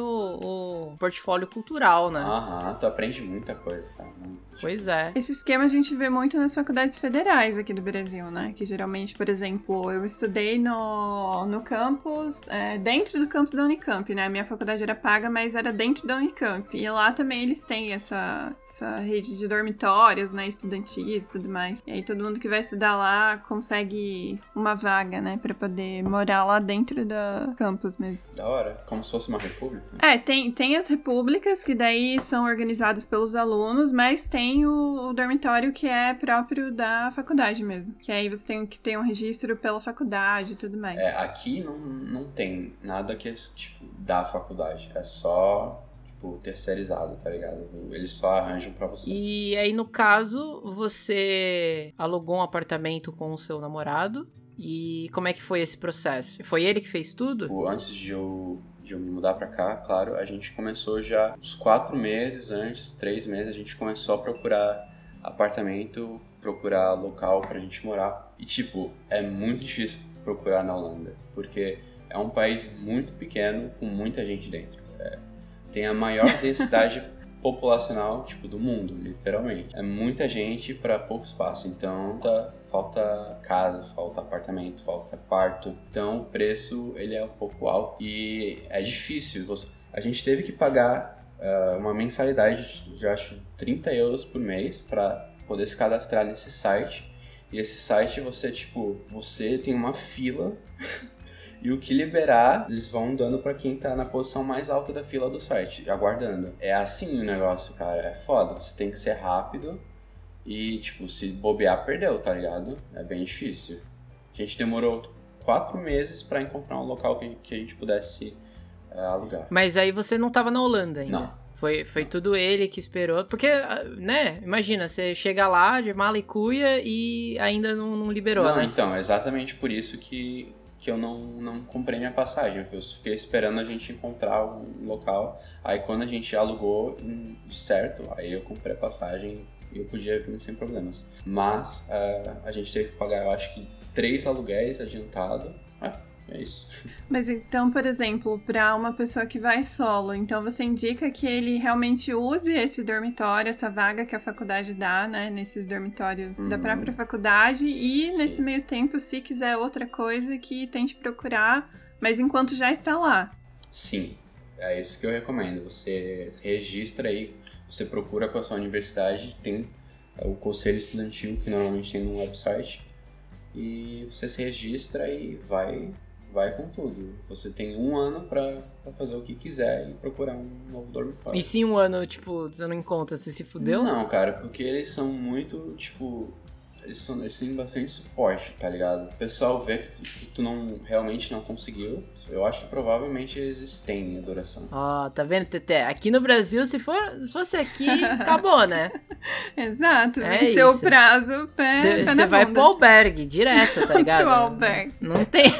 o portfólio cultural, né?
Aham, tu aprende muita coisa, cara.
Pois é.
Esse esquema a gente vê muito nas faculdades federais aqui do Brasil, né? Que geralmente, por exemplo, eu estudei no campus, dentro do campus da Unicamp, né? A minha faculdade era paga, mas era dentro da Unicamp. E lá também eles têm essa rede de dormitórios, né? Estudantis e tudo mais. E aí todo mundo que vai estudar lá consegue uma vaga, né? Pra poder morar lá dentro da campus mesmo.
Da hora. Como se fosse uma república.
Tem as repúblicas que daí são organizadas pelos alunos, mas tem o dormitório que é próprio da faculdade mesmo. Que aí você tem que ter um registro pela faculdade e tudo mais.
Aqui não tem nada que é, tipo, da faculdade. É só, tipo, terceirizado, tá ligado? Eles só arranjam pra você.
E aí, no caso, você alugou um apartamento com o seu namorado. E como é que foi esse processo? Foi ele que fez tudo?
Tipo, antes de eu me mudar pra cá, claro, a gente começou já uns 4 meses antes, 3 meses, a gente começou a procurar apartamento, procurar local pra gente morar. E, tipo, é muito difícil procurar na Holanda, porque é um país muito pequeno, com muita gente dentro. Tem a maior densidade populacional, tipo, do mundo, literalmente. É muita gente pra pouco espaço, então falta casa, falta apartamento, falta quarto. Então o preço, ele é um pouco alto e é difícil. A gente teve que pagar uma mensalidade de, acho, 30 euros por mês pra poder se cadastrar nesse site. E esse site, você tem uma fila e o que liberar, eles vão dando pra quem tá na posição mais alta da fila do site, aguardando. É assim o negócio, cara, é foda. Você tem que ser rápido e, tipo, se bobear, perdeu, tá ligado? É bem difícil. A gente demorou 4 meses pra encontrar um local que a gente pudesse alugar.
Mas aí você não tava na Holanda ainda?
Não.
Foi tudo ele que esperou. Porque, né, imagina, você chega lá de mala e cuia e ainda não liberou,
não,
né?
Então, exatamente por isso que eu não comprei minha passagem. Eu fiquei esperando a gente encontrar um local. Aí quando a gente alugou certo, aí eu comprei a passagem e eu podia vir sem problemas. Mas a gente teve que pagar, eu acho que 3 aluguéis adiantado. É isso.
Mas então, por exemplo, para uma pessoa que vai solo, então você indica que ele realmente use esse dormitório, essa vaga que a faculdade dá, né? Nesses dormitórios da própria faculdade e, nesse meio tempo, se quiser outra coisa, que tente procurar, mas enquanto já está lá.
Sim, é isso que eu recomendo. Você se registra aí, você procura com a sua universidade, tem o conselho estudantil que normalmente tem no website, e você se registra e vai com tudo. Você tem 1 ano pra fazer o que quiser e procurar um novo dormitório.
E se em 1 ano, tipo, você não encontra, você se fudeu?
Não, cara, porque eles são muito, tipo... Eles têm bastante suporte, tá ligado? O pessoal vê que tu realmente não conseguiu. Eu acho que provavelmente eles têm a duração.
Tá vendo, Teté? Aqui no Brasil, se fosse aqui, acabou, né?
Exato.
É
Esse é o
isso.
prazo, pé na
Você vai
bunda.
pro albergue, direto, tá ligado?
Pro albergue.
Não tem...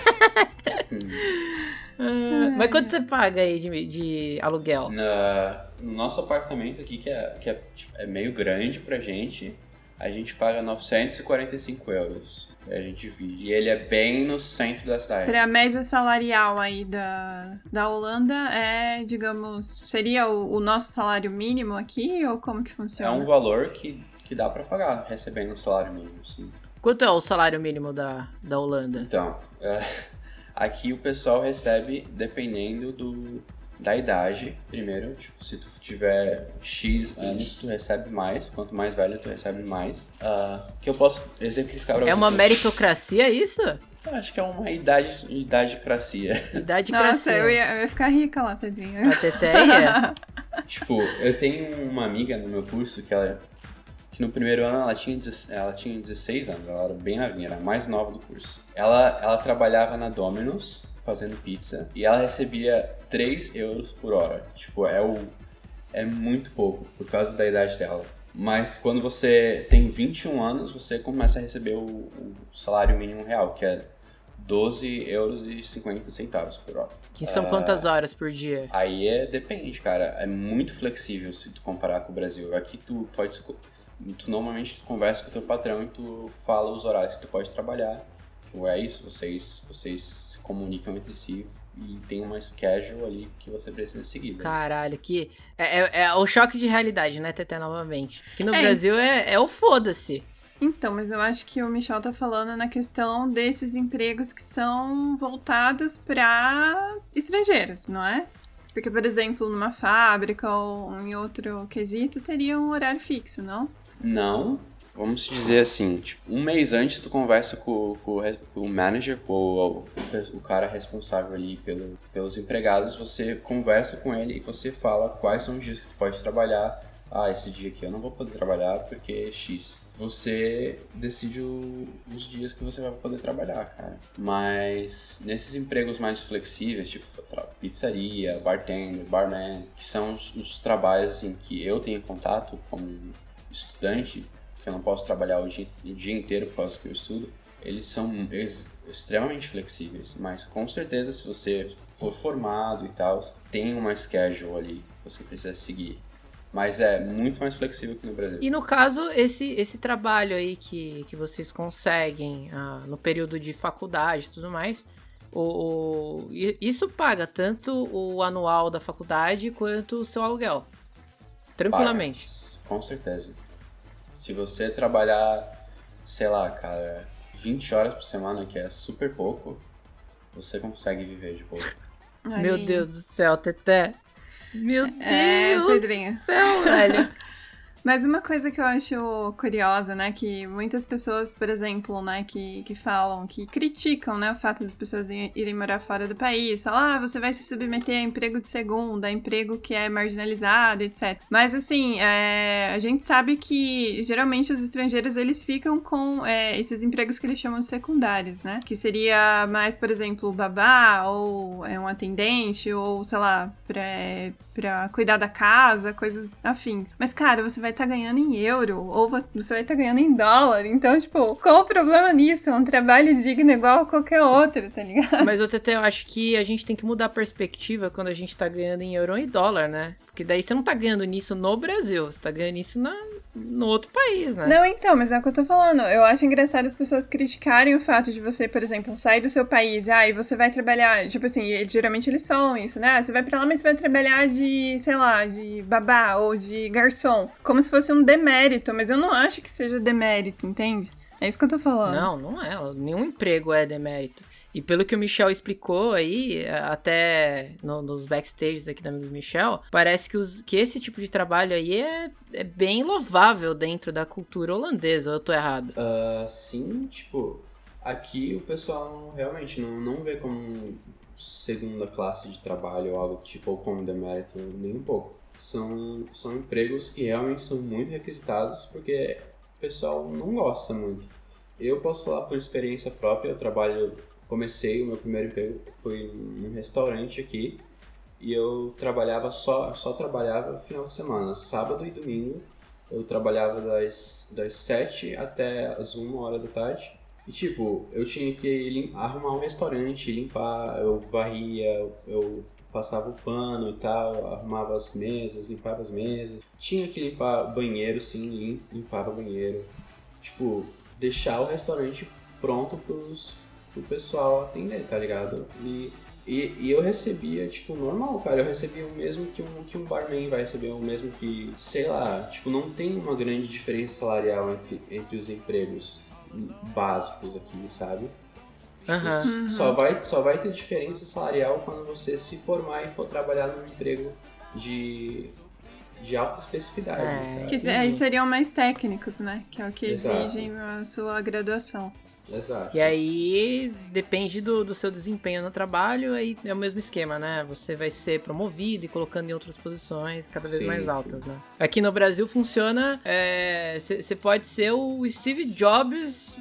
Mas quanto você paga aí de aluguel?
No nosso apartamento aqui, que é meio grande pra gente, a gente paga 945 euros. A gente divide. E ele é bem no centro da cidade.
Para a média salarial aí da Holanda digamos, seria o nosso salário mínimo aqui, ou como que
É
funciona?
um valor que dá pra pagar, recebendo o salário mínimo, sim.
Quanto é o salário mínimo da Holanda?
Então, aqui o pessoal recebe dependendo da idade. Primeiro, tipo, se tu tiver X anos, tu recebe mais. Quanto mais velho, tu recebe mais. Que eu posso exemplificar pra vocês.
É uma meritocracia isso?
Eu acho que é uma idade-cracia.
Idade-cracia.
Nossa, eu ia ficar rica lá, Pedrinho.
A Teteia?
Tipo, eu tenho uma amiga no meu curso que no primeiro ano ela tinha 16 anos, ela era bem novinha, era a mais nova do curso. Ela trabalhava na Domino's fazendo pizza e ela recebia 3 euros por hora. Tipo, é muito pouco por causa da idade dela. Mas quando você tem 21 anos, você começa a receber o salário mínimo real, que é 12,50 € por hora.
Que são quantas horas por dia?
Aí depende, cara. É muito flexível se tu comparar com o Brasil. Aqui tu pode... normalmente tu conversa com o teu patrão e tu fala os horários que tu pode trabalhar. Tipo, é isso, vocês se comunicam entre si e tem uma schedule ali que você precisa seguir. Né?
Caralho, que... É o choque de realidade, né, Teté, novamente. Aqui no Brasil é o foda-se.
Então, mas eu acho que o Michel tá falando na questão desses empregos que são voltados para estrangeiros, não é? Porque, por exemplo, numa fábrica ou em outro quesito, teria um horário fixo, não?
Não, vamos dizer assim, tipo, um mês antes tu conversa com o manager, com o cara responsável ali pelos empregados, você conversa com ele e você fala quais são os dias que tu pode trabalhar. Esse dia aqui eu não vou poder trabalhar porque é X. Você decide os dias que você vai poder trabalhar, cara. Mas nesses empregos mais flexíveis, tipo pizzaria, bartender, barman, que são os trabalhos assim, que eu tenho contato como estudante, que eu não posso trabalhar o dia inteiro por causa que eu estudo, eles são extremamente flexíveis. Mas com certeza, se você for formado e tal, tem uma schedule ali que você precisa seguir. Mas é muito mais flexível que no Brasil.
E no caso, esse trabalho aí que vocês conseguem no período de faculdade e tudo mais, isso paga tanto o anual da faculdade quanto o seu aluguel. Tranquilamente.
Paga, com certeza. Se você trabalhar, sei lá, cara, 20 horas por semana, que é super pouco, você consegue viver de pouco.
Meu Deus do céu, Teté. Meu Deus
Pedrinho.
do céu, velho.
Mas uma coisa que eu acho curiosa, né, que muitas pessoas, por exemplo, né, que falam, que criticam, né, o fato das pessoas irem morar fora do país, falam, você vai se submeter a emprego de segunda, a emprego que é marginalizado, etc. Mas, assim, a gente sabe que, geralmente, os estrangeiros, eles ficam com esses empregos que eles chamam de secundários, né, que seria mais, por exemplo, babá, ou um atendente, ou, sei lá, pra cuidar da casa, coisas afins. Mas, cara, você vai estar ganhando em euro, ou você vai estar ganhando em dólar. Então, tipo, qual o problema nisso? É um trabalho digno igual a qualquer outro, tá ligado?
Mas, Tete, eu acho que a gente tem que mudar a perspectiva quando a gente tá ganhando em euro e dólar, né? Porque daí você não tá ganhando nisso no Brasil, você tá ganhando isso no outro país, né?
Não, então, mas é o que eu tô falando. Eu acho engraçado as pessoas criticarem o fato de você, por exemplo, sair do seu país, e você vai trabalhar, tipo assim, geralmente eles falam isso, né? Você vai pra lá, mas você vai trabalhar de, sei lá, de babá ou de garçom. Como se fosse um demérito, mas eu não acho que seja demérito, entende? É isso que eu tô falando.
Não é. Nenhum emprego é demérito. E pelo que o Michel explicou aí, até nos backstages aqui da Amigos Michel, parece que esse tipo de trabalho aí é bem louvável dentro da cultura holandesa, ou eu tô errado?
Sim, tipo, aqui o pessoal realmente não vê como segunda classe de trabalho ou algo do tipo, ou como demérito, nem um pouco. São empregos que realmente são muito requisitados porque o pessoal não gosta muito. Eu posso falar por experiência própria, comecei o meu primeiro emprego, foi num restaurante aqui e eu trabalhava só trabalhava final de semana, sábado e domingo. Eu trabalhava das 7 até as 1 hora da tarde. E tipo, eu tinha que arrumar um restaurante, limpar, eu varria, eu passava o pano e tal, arrumava as mesas, limpava as mesas. Tinha que limpar o banheiro, sim, limpava o banheiro. Tipo, deixar o restaurante pronto pro pessoal atender, tá ligado? E eu recebia, tipo, normal, cara. Eu recebia o mesmo que um barman vai receber, o mesmo que, sei lá, tipo, não tem uma grande diferença salarial entre os empregos básicos aqui, sabe? Tipo, só vai ter diferença salarial quando você se formar e for trabalhar num emprego de alta especificidade.
Que aí seriam mais técnicos, né? Que é o que exigem a sua graduação.
Exato.
E aí, depende do seu desempenho no trabalho, aí é o mesmo esquema, né? Você vai ser promovido e colocando em outras posições cada vez mais altas, né? Aqui no Brasil funciona, você pode ser o Steve Jobs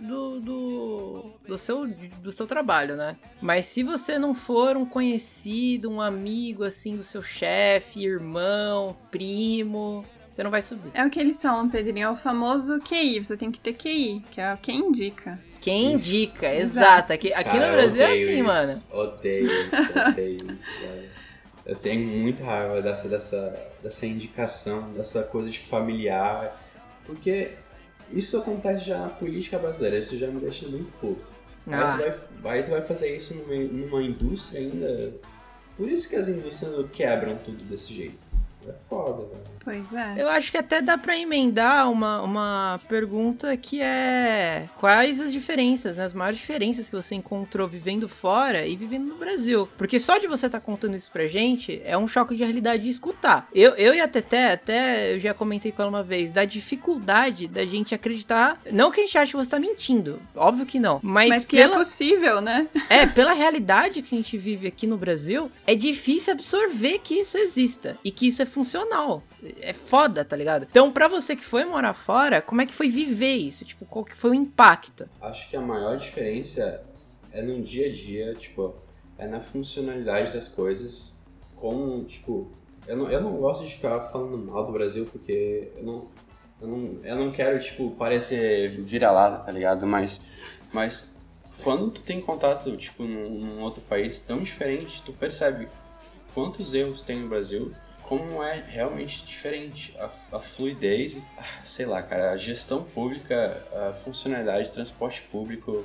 do seu trabalho, né? Mas se você não for um conhecido, um amigo, assim, do seu chefe, irmão, primo, você não vai subir.
É o que eles falam, Pedrinho, é o famoso QI. Você tem que ter QI, que é o que indica.
Quem indica, exato. Aqui
Cara,
no Brasil é assim,
isso,
mano.
Odeio isso, cara. Eu tenho muita raiva dessa indicação, dessa coisa de familiar, porque isso acontece já na política brasileira, isso já me deixa muito puto. Aí tu vai fazer isso numa indústria ainda. Por isso que as indústrias quebram tudo desse jeito. É foda, velho.
Pois é.
Eu acho que até dá pra emendar uma pergunta que é: quais as diferenças, né? As maiores diferenças que você encontrou vivendo fora e vivendo no Brasil? Porque só de você estar contando isso pra gente é um choque de realidade de escutar. Eu e a Teté, até eu já comentei com ela uma vez, da dificuldade da gente acreditar. Não que a gente ache que você tá mentindo, óbvio que não. Mas
que é possível, né?
Pela realidade que a gente vive aqui no Brasil, é difícil absorver que isso exista e que isso é funcional. É foda, tá ligado? Então, pra você que foi morar fora, como é que foi viver isso? Tipo, qual que foi o impacto?
Acho que a maior diferença é no dia a dia, tipo, é na funcionalidade das coisas. Como, tipo, eu não gosto de ficar falando mal do Brasil, porque eu não quero, tipo, parecer vira-lata, tá ligado? Mas quando tu tem contato, tipo, num outro país tão diferente, tu percebe quantos erros tem no Brasil, como é realmente diferente. A fluidez, sei lá, cara, a gestão pública, a funcionalidade de transporte público,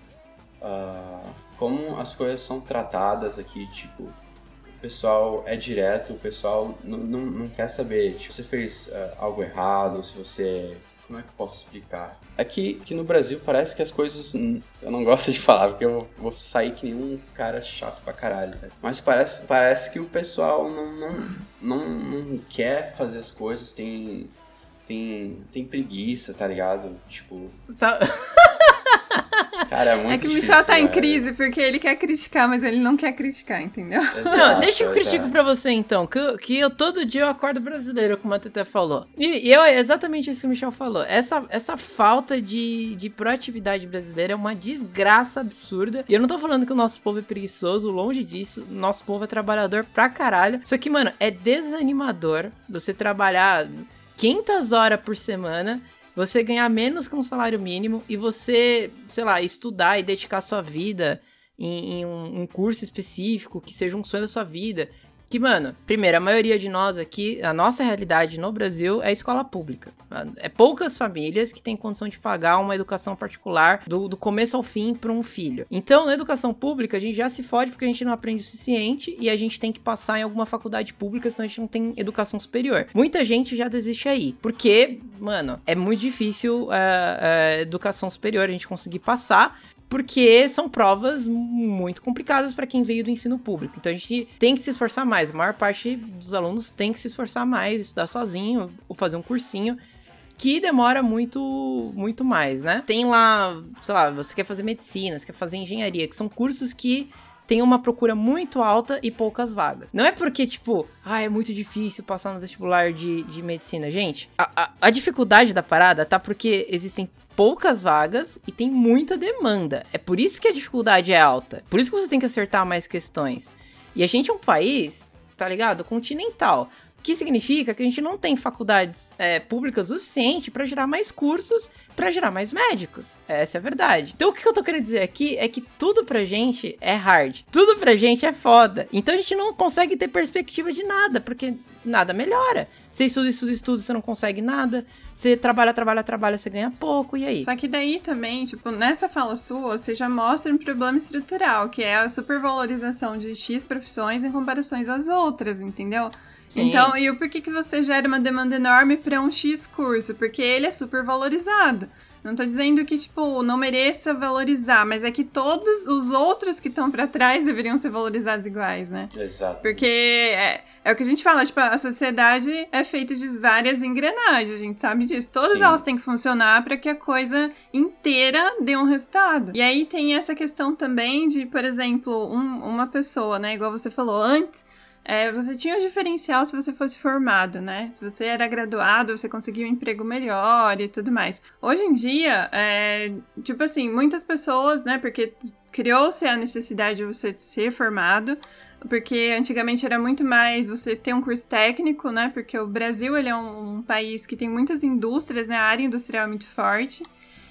como as coisas são tratadas aqui, tipo, o pessoal é direto, o pessoal não quer saber, tipo, se você fez algo errado, se você... Como é que eu posso explicar? É que no Brasil parece que as coisas... Eu não gosto de falar, porque eu vou sair que nem um cara chato pra caralho, tá? Mas parece que o pessoal não quer fazer as coisas, tem preguiça, tá ligado? Tipo...
Tá...
Cara, é muito
É que o
difícil,
Michel tá em
velho.
crise porque ele quer criticar, mas ele não quer criticar, entendeu?
Exato,
Não, deixa eu critico
exato.
pra você então, que eu todo dia eu acordo brasileiro, como a Teté falou. E é exatamente isso que o Michel falou. Essa falta de proatividade brasileira é uma desgraça absurda. E eu não tô falando que o nosso povo é preguiçoso, longe disso. O nosso povo é trabalhador pra caralho. Só que, mano, é desanimador você trabalhar 500 horas por semana, você ganhar menos que um salário mínimo e você, sei lá, estudar e dedicar sua vida em um curso específico que seja um sonho da sua vida. Que, mano, primeiro, a maioria de nós aqui, a nossa realidade no Brasil é escola pública. É poucas famílias que têm condição de pagar uma educação particular do começo ao fim para um filho. Então, na educação pública, a gente já se fode porque a gente não aprende o suficiente e a gente tem que passar em alguma faculdade pública, senão a gente não tem educação superior. Muita gente já desiste aí, porque, mano, é muito difícil a educação superior a gente conseguir passar, porque são provas muito complicadas para quem veio do ensino público. Então a gente tem que se esforçar mais. A maior parte dos alunos tem que se esforçar mais, estudar sozinho ou fazer um cursinho, que demora muito, muito mais, né? Tem lá, sei lá, você quer fazer medicina, você quer fazer engenharia, que são cursos que tem uma procura muito alta e poucas vagas. Não é porque, tipo, é muito difícil passar no vestibular de medicina. Gente, a dificuldade da parada tá porque existem poucas vagas e tem muita demanda. É por isso que a dificuldade é alta. Por isso que você tem que acertar mais questões. E a gente é um país, tá ligado? Continental. O que significa que a gente não tem faculdades públicas o suficiente pra gerar mais cursos, pra gerar mais médicos. Essa é a verdade. Então o que eu tô querendo dizer aqui é que tudo pra gente é hard. Tudo pra gente é foda. Então a gente não consegue ter perspectiva de nada, porque nada melhora. Você estuda, você não consegue nada. Você trabalha, você ganha pouco, e aí?
Só que daí também, tipo, nessa fala sua, você já mostra um problema estrutural, que é a supervalorização de X profissões em comparação às outras, entendeu?
Sim.
Então, e o porquê que você gera uma demanda enorme para um X curso? Porque ele é super valorizado. Não tô dizendo que, tipo, não mereça valorizar, mas é que todos os outros que estão pra trás deveriam ser valorizados iguais, né?
Exato.
Porque é o que a gente fala, tipo, a sociedade é feita de várias engrenagens, a gente sabe disso. Todas
Sim.
elas têm que funcionar pra que a coisa inteira dê um resultado. E aí tem essa questão também de, por exemplo, uma pessoa, né, igual você falou antes, você tinha um diferencial se você fosse formado, né? Se você era graduado, você conseguia um emprego melhor e tudo mais. Hoje em dia, tipo assim, muitas pessoas, né? Porque criou-se a necessidade de você ser formado, porque antigamente era muito mais você ter um curso técnico, né? Porque o Brasil, ele é um país que tem muitas indústrias, né? A área industrial é muito forte.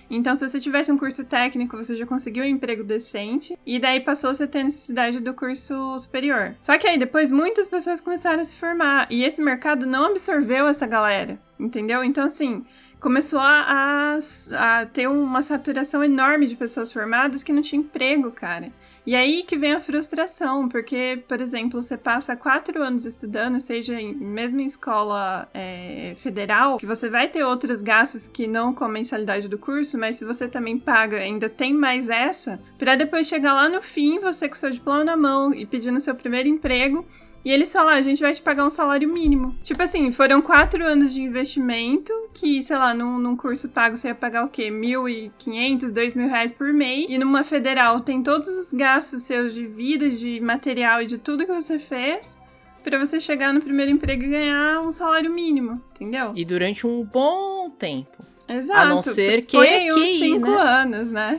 Então, se você tivesse um curso técnico, você já conseguiu um emprego decente. E daí passou-se a ter necessidade do curso superior. Só que aí, depois, muitas pessoas começaram a se formar. E esse mercado não absorveu essa galera, entendeu? Então, assim, começou a ter uma saturação enorme de pessoas formadas que não tinha emprego, cara. E aí que vem a frustração, porque, por exemplo, você passa 4 anos estudando, seja mesmo em escola federal, que você vai ter outros gastos que não com a mensalidade do curso, mas se você também paga, ainda tem mais essa, pra depois chegar lá no fim, você com seu diploma na mão e pedindo seu primeiro emprego, e eles falam, a gente vai te pagar um salário mínimo. Tipo assim, foram 4 anos de investimento, que, sei lá, num curso pago você ia pagar o quê? R$1.500, R$2.000 por mês. E numa federal tem todos os gastos seus de vida, de material e de tudo que você fez, pra você chegar no primeiro emprego e ganhar um salário mínimo, entendeu?
E durante um bom tempo.
Exato.
A não ser que
foi aí uns
QI,
5
né?
anos, né?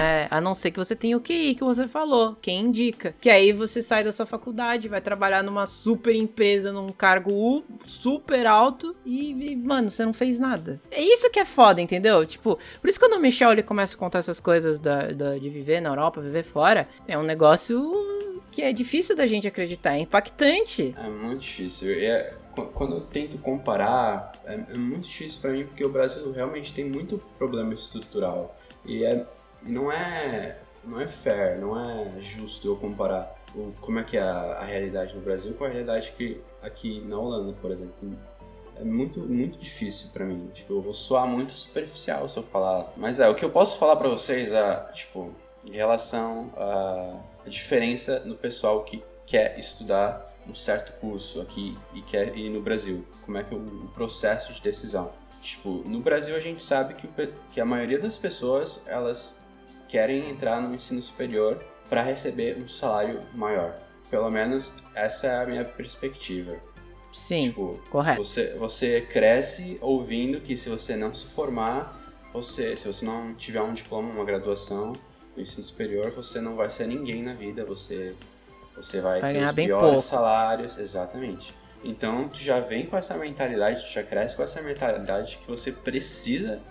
A não ser que você tenha o QI que você falou, quem indica. Que aí você sai da sua faculdade, vai trabalhar numa super empresa, num cargo super alto e, mano, você não fez nada. É isso que é foda, entendeu? Tipo, por isso que quando o Michel ele começa a contar essas coisas de viver na Europa, viver fora, é um negócio que é difícil da gente acreditar, é impactante.
É muito difícil. Quando eu tento comparar, é muito difícil pra mim, porque o Brasil realmente tem muito problema estrutural. E não é fair, não é justo eu comparar como é que é a realidade no Brasil com a realidade aqui na Holanda, por exemplo. É muito, muito difícil pra mim. Tipo, eu vou soar muito superficial se eu falar. Mas o que eu posso falar pra vocês tipo, em relação à diferença no pessoal que quer estudar um certo curso aqui e quer ir no Brasil. Como é que é o processo de decisão? Tipo, no Brasil a gente sabe que a maioria das pessoas, elas querem entrar no ensino superior para receber um salário maior. Pelo menos essa é a minha perspectiva.
Sim,
tipo,
correto.
Você cresce ouvindo que se você não se formar, se você não tiver um diploma, uma graduação no ensino superior, você não vai ser ninguém na vida, você vai ter os piores salários, exatamente. Então, tu já vem com essa mentalidade, tu já cresce com essa mentalidade que você precisa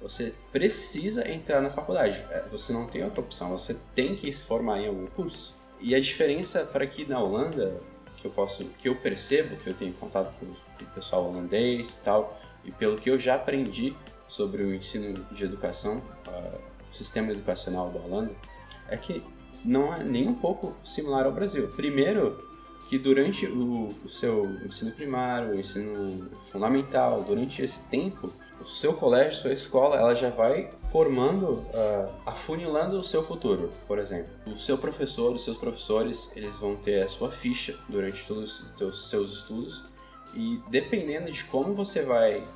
entrar na faculdade. Você não tem outra opção, você tem que se formar em algum curso. E a diferença para aqui na Holanda, que eu percebo, que eu tenho contato com o pessoal holandês e tal, e pelo que eu já aprendi sobre o ensino de educação, o sistema educacional da Holanda, é que não é nem um pouco similar ao Brasil. Primeiro, que durante o seu ensino primário, o ensino fundamental, durante esse tempo, o seu colégio, sua escola, ela já vai formando, afunilando o seu futuro, por exemplo. O seu professor, os seus professores, eles vão ter a sua ficha durante todos os seus estudos e dependendo de como você vai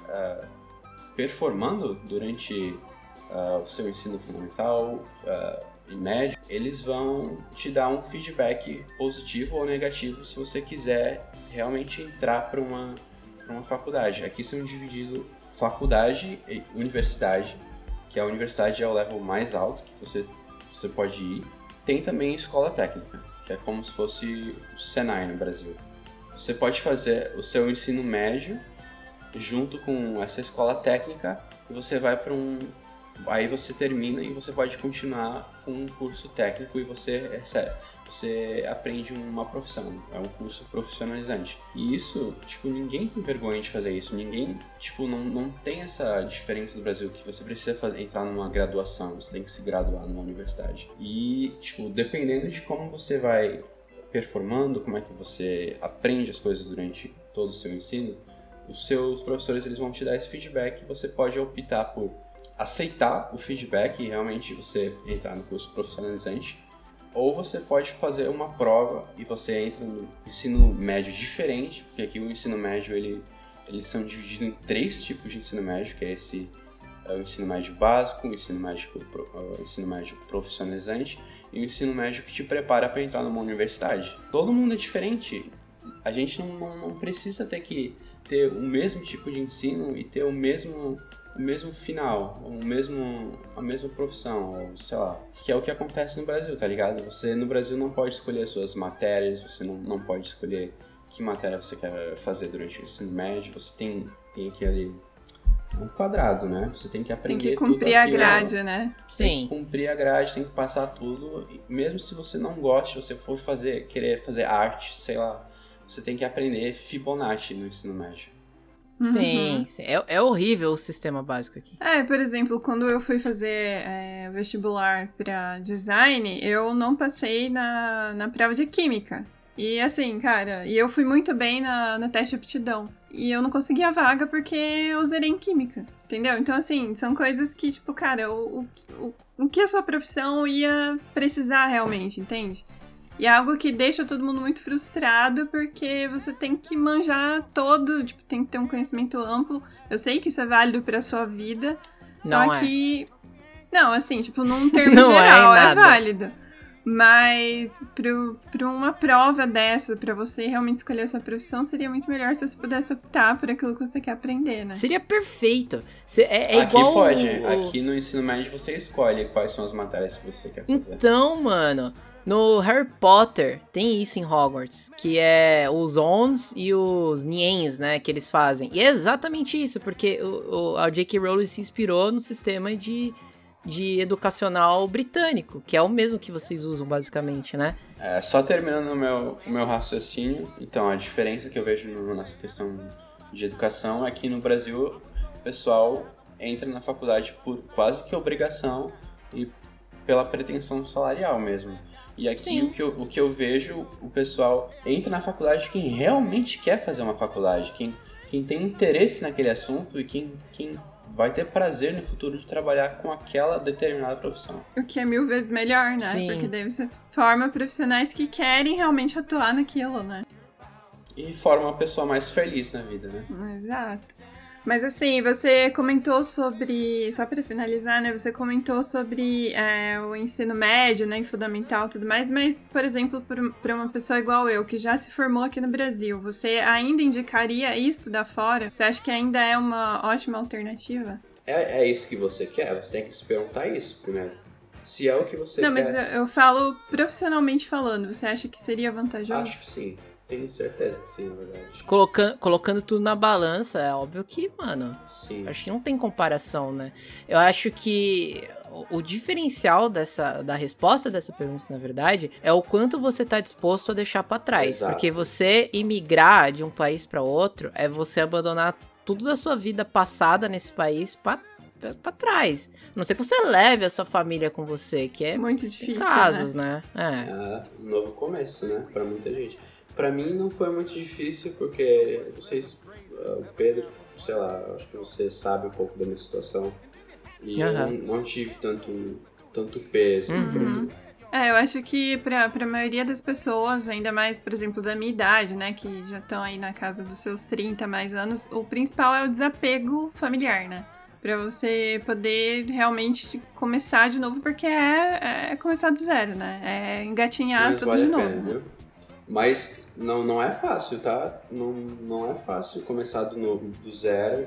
performando durante o seu ensino fundamental e médio, eles vão te dar um feedback positivo ou negativo se você quiser realmente entrar para uma faculdade. Aqui são divididos faculdade e universidade, que a universidade é o level mais alto que você pode ir. Tem também escola técnica, que é como se fosse o Senai no Brasil. Você pode fazer o seu ensino médio junto com essa escola técnica e você vai para aí você termina e você pode continuar com um curso técnico e você aprende uma profissão, é um curso profissionalizante. E isso, tipo, ninguém tem vergonha de fazer isso, ninguém, tipo, não tem essa diferença do Brasil que você precisa entrar numa graduação, você tem que se graduar numa universidade. E, tipo, dependendo de como você vai performando, como é que você aprende as coisas durante todo o seu ensino, os seus professores eles vão te dar esse feedback e você pode optar por aceitar o feedback e realmente você entrar no curso profissionalizante, ou você pode fazer uma prova e você entra no ensino médio diferente, porque aqui o ensino médio eles são divididos em 3 tipos de ensino médio, que é o ensino médio básico, o ensino médio profissionalizante e o ensino médio que te prepara para entrar numa universidade. Todo mundo é diferente. A gente não precisa ter o mesmo tipo de ensino e ter o mesmo final, a mesma profissão, ou sei lá, que é o que acontece no Brasil, tá ligado? Você no Brasil não pode escolher suas matérias, você não pode escolher que matéria você quer fazer durante o ensino médio, você tem aqui ali quadrado, né? Você tem que aprender
Tem que
tudo
cumprir a
aquilo.
grade, né?
Tem
Sim.
que cumprir a grade, tem que passar tudo. E mesmo se você não goste, se você for querer fazer arte, sei lá, você tem que aprender Fibonacci no ensino médio.
Sim. É horrível o sistema básico aqui.
Por exemplo, quando eu fui fazer vestibular pra design, eu não passei na prova de química. E assim, cara, eu fui muito bem na teste de aptidão. E eu não consegui a vaga porque eu zerei em química, entendeu? Então, assim, são coisas que, tipo, cara, o que a sua profissão ia precisar realmente, entende? E é algo que deixa todo mundo muito frustrado, porque você tem que manjar todo, tipo, tem que ter um conhecimento amplo. Eu sei que isso é válido pra sua vida,
Não
só que... Não, assim, tipo, num termo
Não
geral,
é
é
nada.
válido. Mas pra uma prova dessa, pra você realmente escolher a sua profissão, seria muito melhor se você pudesse optar por aquilo que você quer aprender, né?
Seria perfeito. É
Aqui
igual
pode. Aqui no ensino médio você escolhe quais são as matérias que você quer fazer.
Então, mano, no Harry Potter tem isso em Hogwarts, que é os Ons e os Niens, né, que eles fazem. E é exatamente isso, porque a J.K. Rowling se inspirou no sistema de educacional britânico, que é o mesmo que vocês usam basicamente, né?
Só terminando o meu raciocínio, então a diferença que eu vejo nessa questão de educação é que no Brasil o pessoal entra na faculdade por quase que obrigação e pela pretensão salarial mesmo. E aqui o que eu vejo, o pessoal entra na faculdade quem realmente quer fazer uma faculdade, quem tem interesse naquele assunto e quem vai ter prazer no futuro de trabalhar com aquela determinada profissão.
O que é 1000 vezes melhor, né?
Sim.
Porque daí você forma profissionais que querem realmente atuar naquilo, né?
E forma uma pessoa mais feliz na vida, né?
Exato. Mas assim, você comentou sobre, só para finalizar, né? Você comentou sobre o ensino médio, né? Fundamental e tudo mais, mas, por exemplo, para uma pessoa igual eu, que já se formou aqui no Brasil, você ainda indicaria ir estudar fora? Você acha que ainda é uma ótima alternativa?
É isso que você quer? Você tem que se perguntar isso primeiro. Se é o que você quer...
Não, mas eu falo profissionalmente falando. Você acha que seria vantajoso?
Acho que sim. Tenho certeza que sim, na verdade.
Colocando tudo na balança, é óbvio que, mano,
Sim.
acho que não tem comparação, né? Eu acho que o diferencial da resposta dessa pergunta, na verdade, é o quanto você tá disposto a deixar pra trás.
Exato.
Porque você imigrar de um país pra outro é você abandonar tudo da sua vida passada nesse país pra trás. A não ser que você leve a sua família com você, que é
muito difícil,
casos, né?
Um novo começo, né? Pra muita gente. Pra mim não foi muito difícil, porque vocês, o Pedro, sei lá, acho que você sabe um pouco da minha situação. E eu não tive tanto peso no Brasil.
Eu acho que pra maioria das pessoas, ainda mais, por exemplo, da minha idade, né, que já estão aí na casa dos seus 30 mais anos, o principal é o desapego familiar, né? Pra você poder realmente começar de novo, porque é começar do zero, né? É engatinhar
Mas
tudo
vale
de
a
novo.
pena, viu? Mas não é fácil, tá? Não é fácil começar do zero.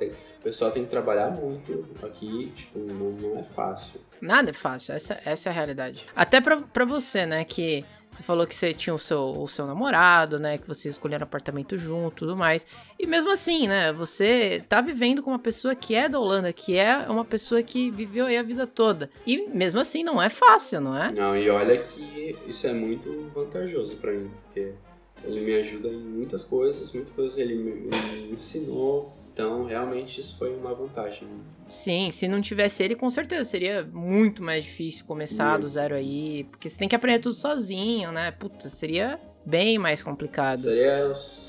O pessoal tem que trabalhar muito aqui, tipo, não é fácil.
Nada é fácil, essa é a realidade. Até pra você, né, que você falou que você tinha o seu namorado, né, que vocês escolheram apartamento junto, tudo mais. E mesmo assim, né, você tá vivendo com uma pessoa que é da Holanda, que é uma pessoa que viveu aí a vida toda. E mesmo assim não é fácil, não é?
Não, e olha que isso é muito vantajoso pra mim, porque ele me ajuda em muitas coisas ele me ensinou. Então, realmente, isso foi uma vantagem. Né?
Sim, se não tivesse ele, com certeza seria muito mais difícil começar do zero aí. Porque você tem que aprender tudo sozinho, né? Puta, seria bem mais complicado.
Seria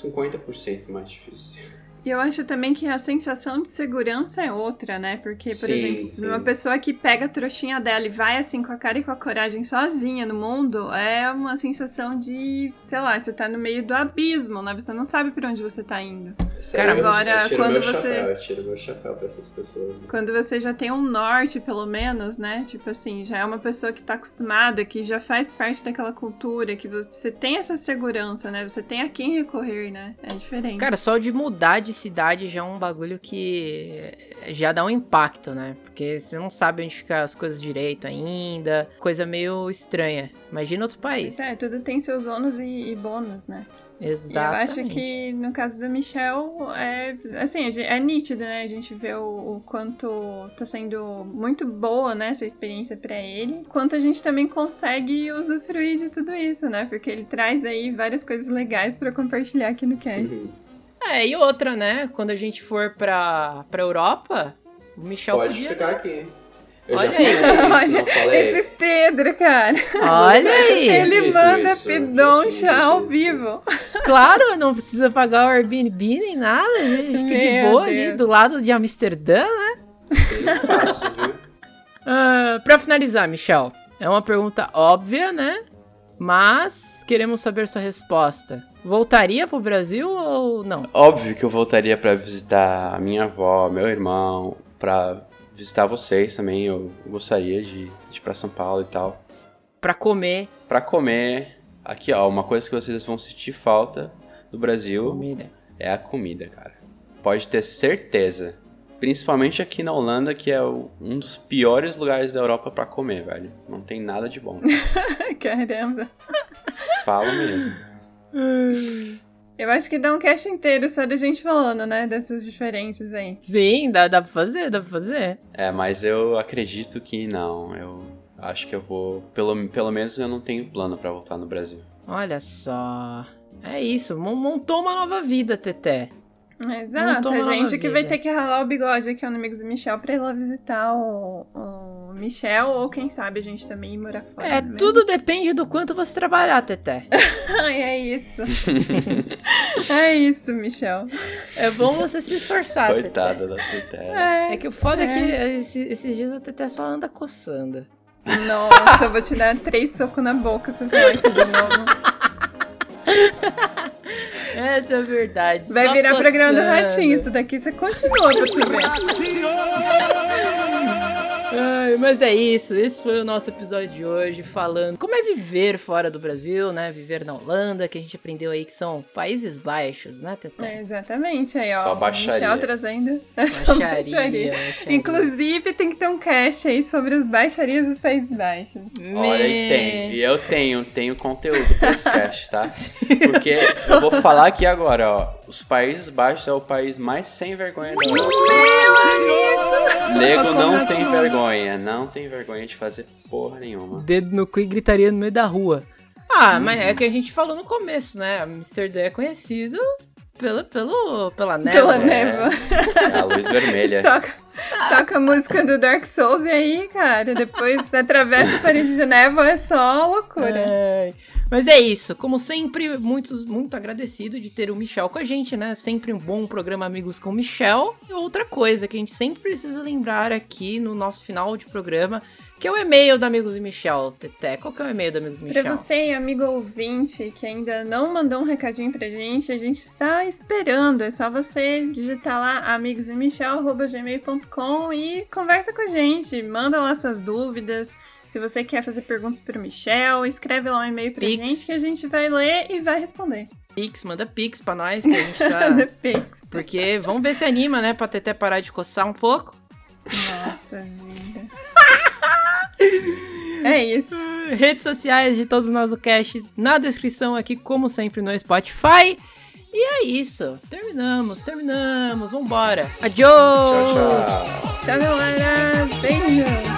50% mais difícil.
E eu acho também que a sensação de segurança é outra, né? Porque, por exemplo, uma pessoa que pega a trouxinha dela e vai assim com a cara e com a coragem sozinha no mundo, é uma sensação de, sei lá, você tá no meio do abismo, né? Você não sabe pra onde você tá indo.
Sério,
agora,
eu tiro meu chapéu pra essas pessoas. Né?
Quando você já tem um norte, pelo menos, né? Tipo assim, já é uma pessoa que tá acostumada, que já faz parte daquela cultura, que você tem essa segurança, né? Você tem a quem recorrer, né? É diferente.
Cara, só de mudar de cidade já é um bagulho que já dá um impacto, né? Porque você não sabe onde ficam as coisas direito ainda, coisa meio estranha. Imagina outro país.
Tudo tem seus ônus e bônus, né?
Exatamente.
E eu acho que no caso do Michel, é nítido, né? A gente vê o quanto tá sendo muito boa, né, essa experiência pra ele. Quanto a gente também consegue usufruir de tudo isso, né? Porque ele traz aí várias coisas legais pra compartilhar aqui no cast.
E outra, né? Quando a gente for pra Europa, o Michel
Pode
podia...
ficar aqui. Eu
Olha
já falei isso, não falei?
Esse Pedro, cara.
Olha aí!
Ele
dito
manda
isso,
pedoncha
já tinha
ao
dito
vivo.
Claro, não precisa pagar o Airbnb nem nada, a gente fica de
Meu
boa
Deus.
ali do lado de Amsterdã, né?
Tem espaço, viu?
Pra finalizar, Michel, é uma pergunta óbvia, né? Mas queremos saber sua resposta. Voltaria pro Brasil ou não?
Óbvio que eu voltaria pra visitar a minha avó, meu irmão, pra visitar vocês também. Eu gostaria de ir pra São Paulo e tal.
Pra comer
Pra comer, aqui ó, uma coisa que vocês vão sentir falta do Brasil
comida.
é a comida, cara. Pode ter certeza. Principalmente aqui na Holanda, que é um dos piores lugares da Europa pra comer, velho. Não tem nada de bom.
Caramba.
Falo mesmo.
Eu acho que dá um cast inteiro só da gente falando, né? Dessas diferenças aí.
Sim, dá pra fazer, dá pra fazer.
É, mas eu acredito que não. Eu acho que eu vou... Pelo menos eu não tenho plano pra voltar no Brasil.
Olha só. É isso, montou uma nova vida, Teté.
Exato,
toma
a gente
na
que vai
vida.
ter que ralar o bigode aqui no Amigos do Michel pra ir lá visitar o Michel, ou quem sabe a gente também ir morar fora.
É,
não mesmo?
tudo depende do quanto você trabalhar, Teté.
Ai, é isso. É isso, Michel.
É bom você se esforçar, Teté.
Coitada da Teté.
É que o foda é que esses dias a Teté só anda coçando.
Nossa, eu vou te dar 3 socos na boca se eu falar isso de novo.
Essa é a verdade.
Vai
só
virar
coçando.
programa do Ratinho, isso daqui você continua pra tu ver.
Ai, mas é isso, esse foi o nosso episódio de hoje, falando como é viver fora do Brasil, né? Viver na Holanda, que a gente aprendeu aí que são Países Baixos, né, Teté?
É, exatamente, aí ó,
Só
o
baixaria.
Michel trazendo essa baixaria. Inclusive tem que ter um cast aí sobre as baixarias dos Países Baixos.
Olha, e tem. E eu tenho conteúdo pra esse cast, tá? Porque eu vou falar aqui agora, ó. Os Países Baixos é o país mais sem vergonha da Europa. Nego não tem vergonha. Não tem vergonha de fazer porra nenhuma.
Dedo no cu e gritaria no meio da rua. Ah, mas é que a gente falou no começo, né? Amsterdã é conhecido pela névoa.
Pela névoa.
É a luz vermelha.
Toca a música do Dark Souls e aí, cara, depois atravessa a parede de névoa, é só loucura.
Mas é isso, como sempre, muito agradecido de ter o Michel com a gente, né? Sempre um bom programa Amigos com o Michel. E outra coisa que a gente sempre precisa lembrar aqui no nosso final de programa, que é o e-mail do Amigos do Michel, Teté. Qual que é o e-mail do Amigos do Michel?
Pra você, amigo ouvinte, que ainda não mandou um recadinho pra gente, a gente está esperando. É só você digitar lá amigosdemichel@gmail.com e conversa com a gente. Manda lá suas dúvidas. Se você quer fazer perguntas pro Michel, escreve lá um e-mail pra
Pix.
gente que a gente vai ler e vai responder.
Manda Pix pra nós, que a gente tá...
The Pix.
Porque vamos ver se anima, né? Pra Teté parar de coçar um pouco.
Nossa vida. É isso.
Redes sociais de todos nós do cast na descrição aqui, como sempre, no Spotify. E é isso. Terminamos. Vambora. Adiós!
Tchau, tchau.
Tchau, galera. Beijo.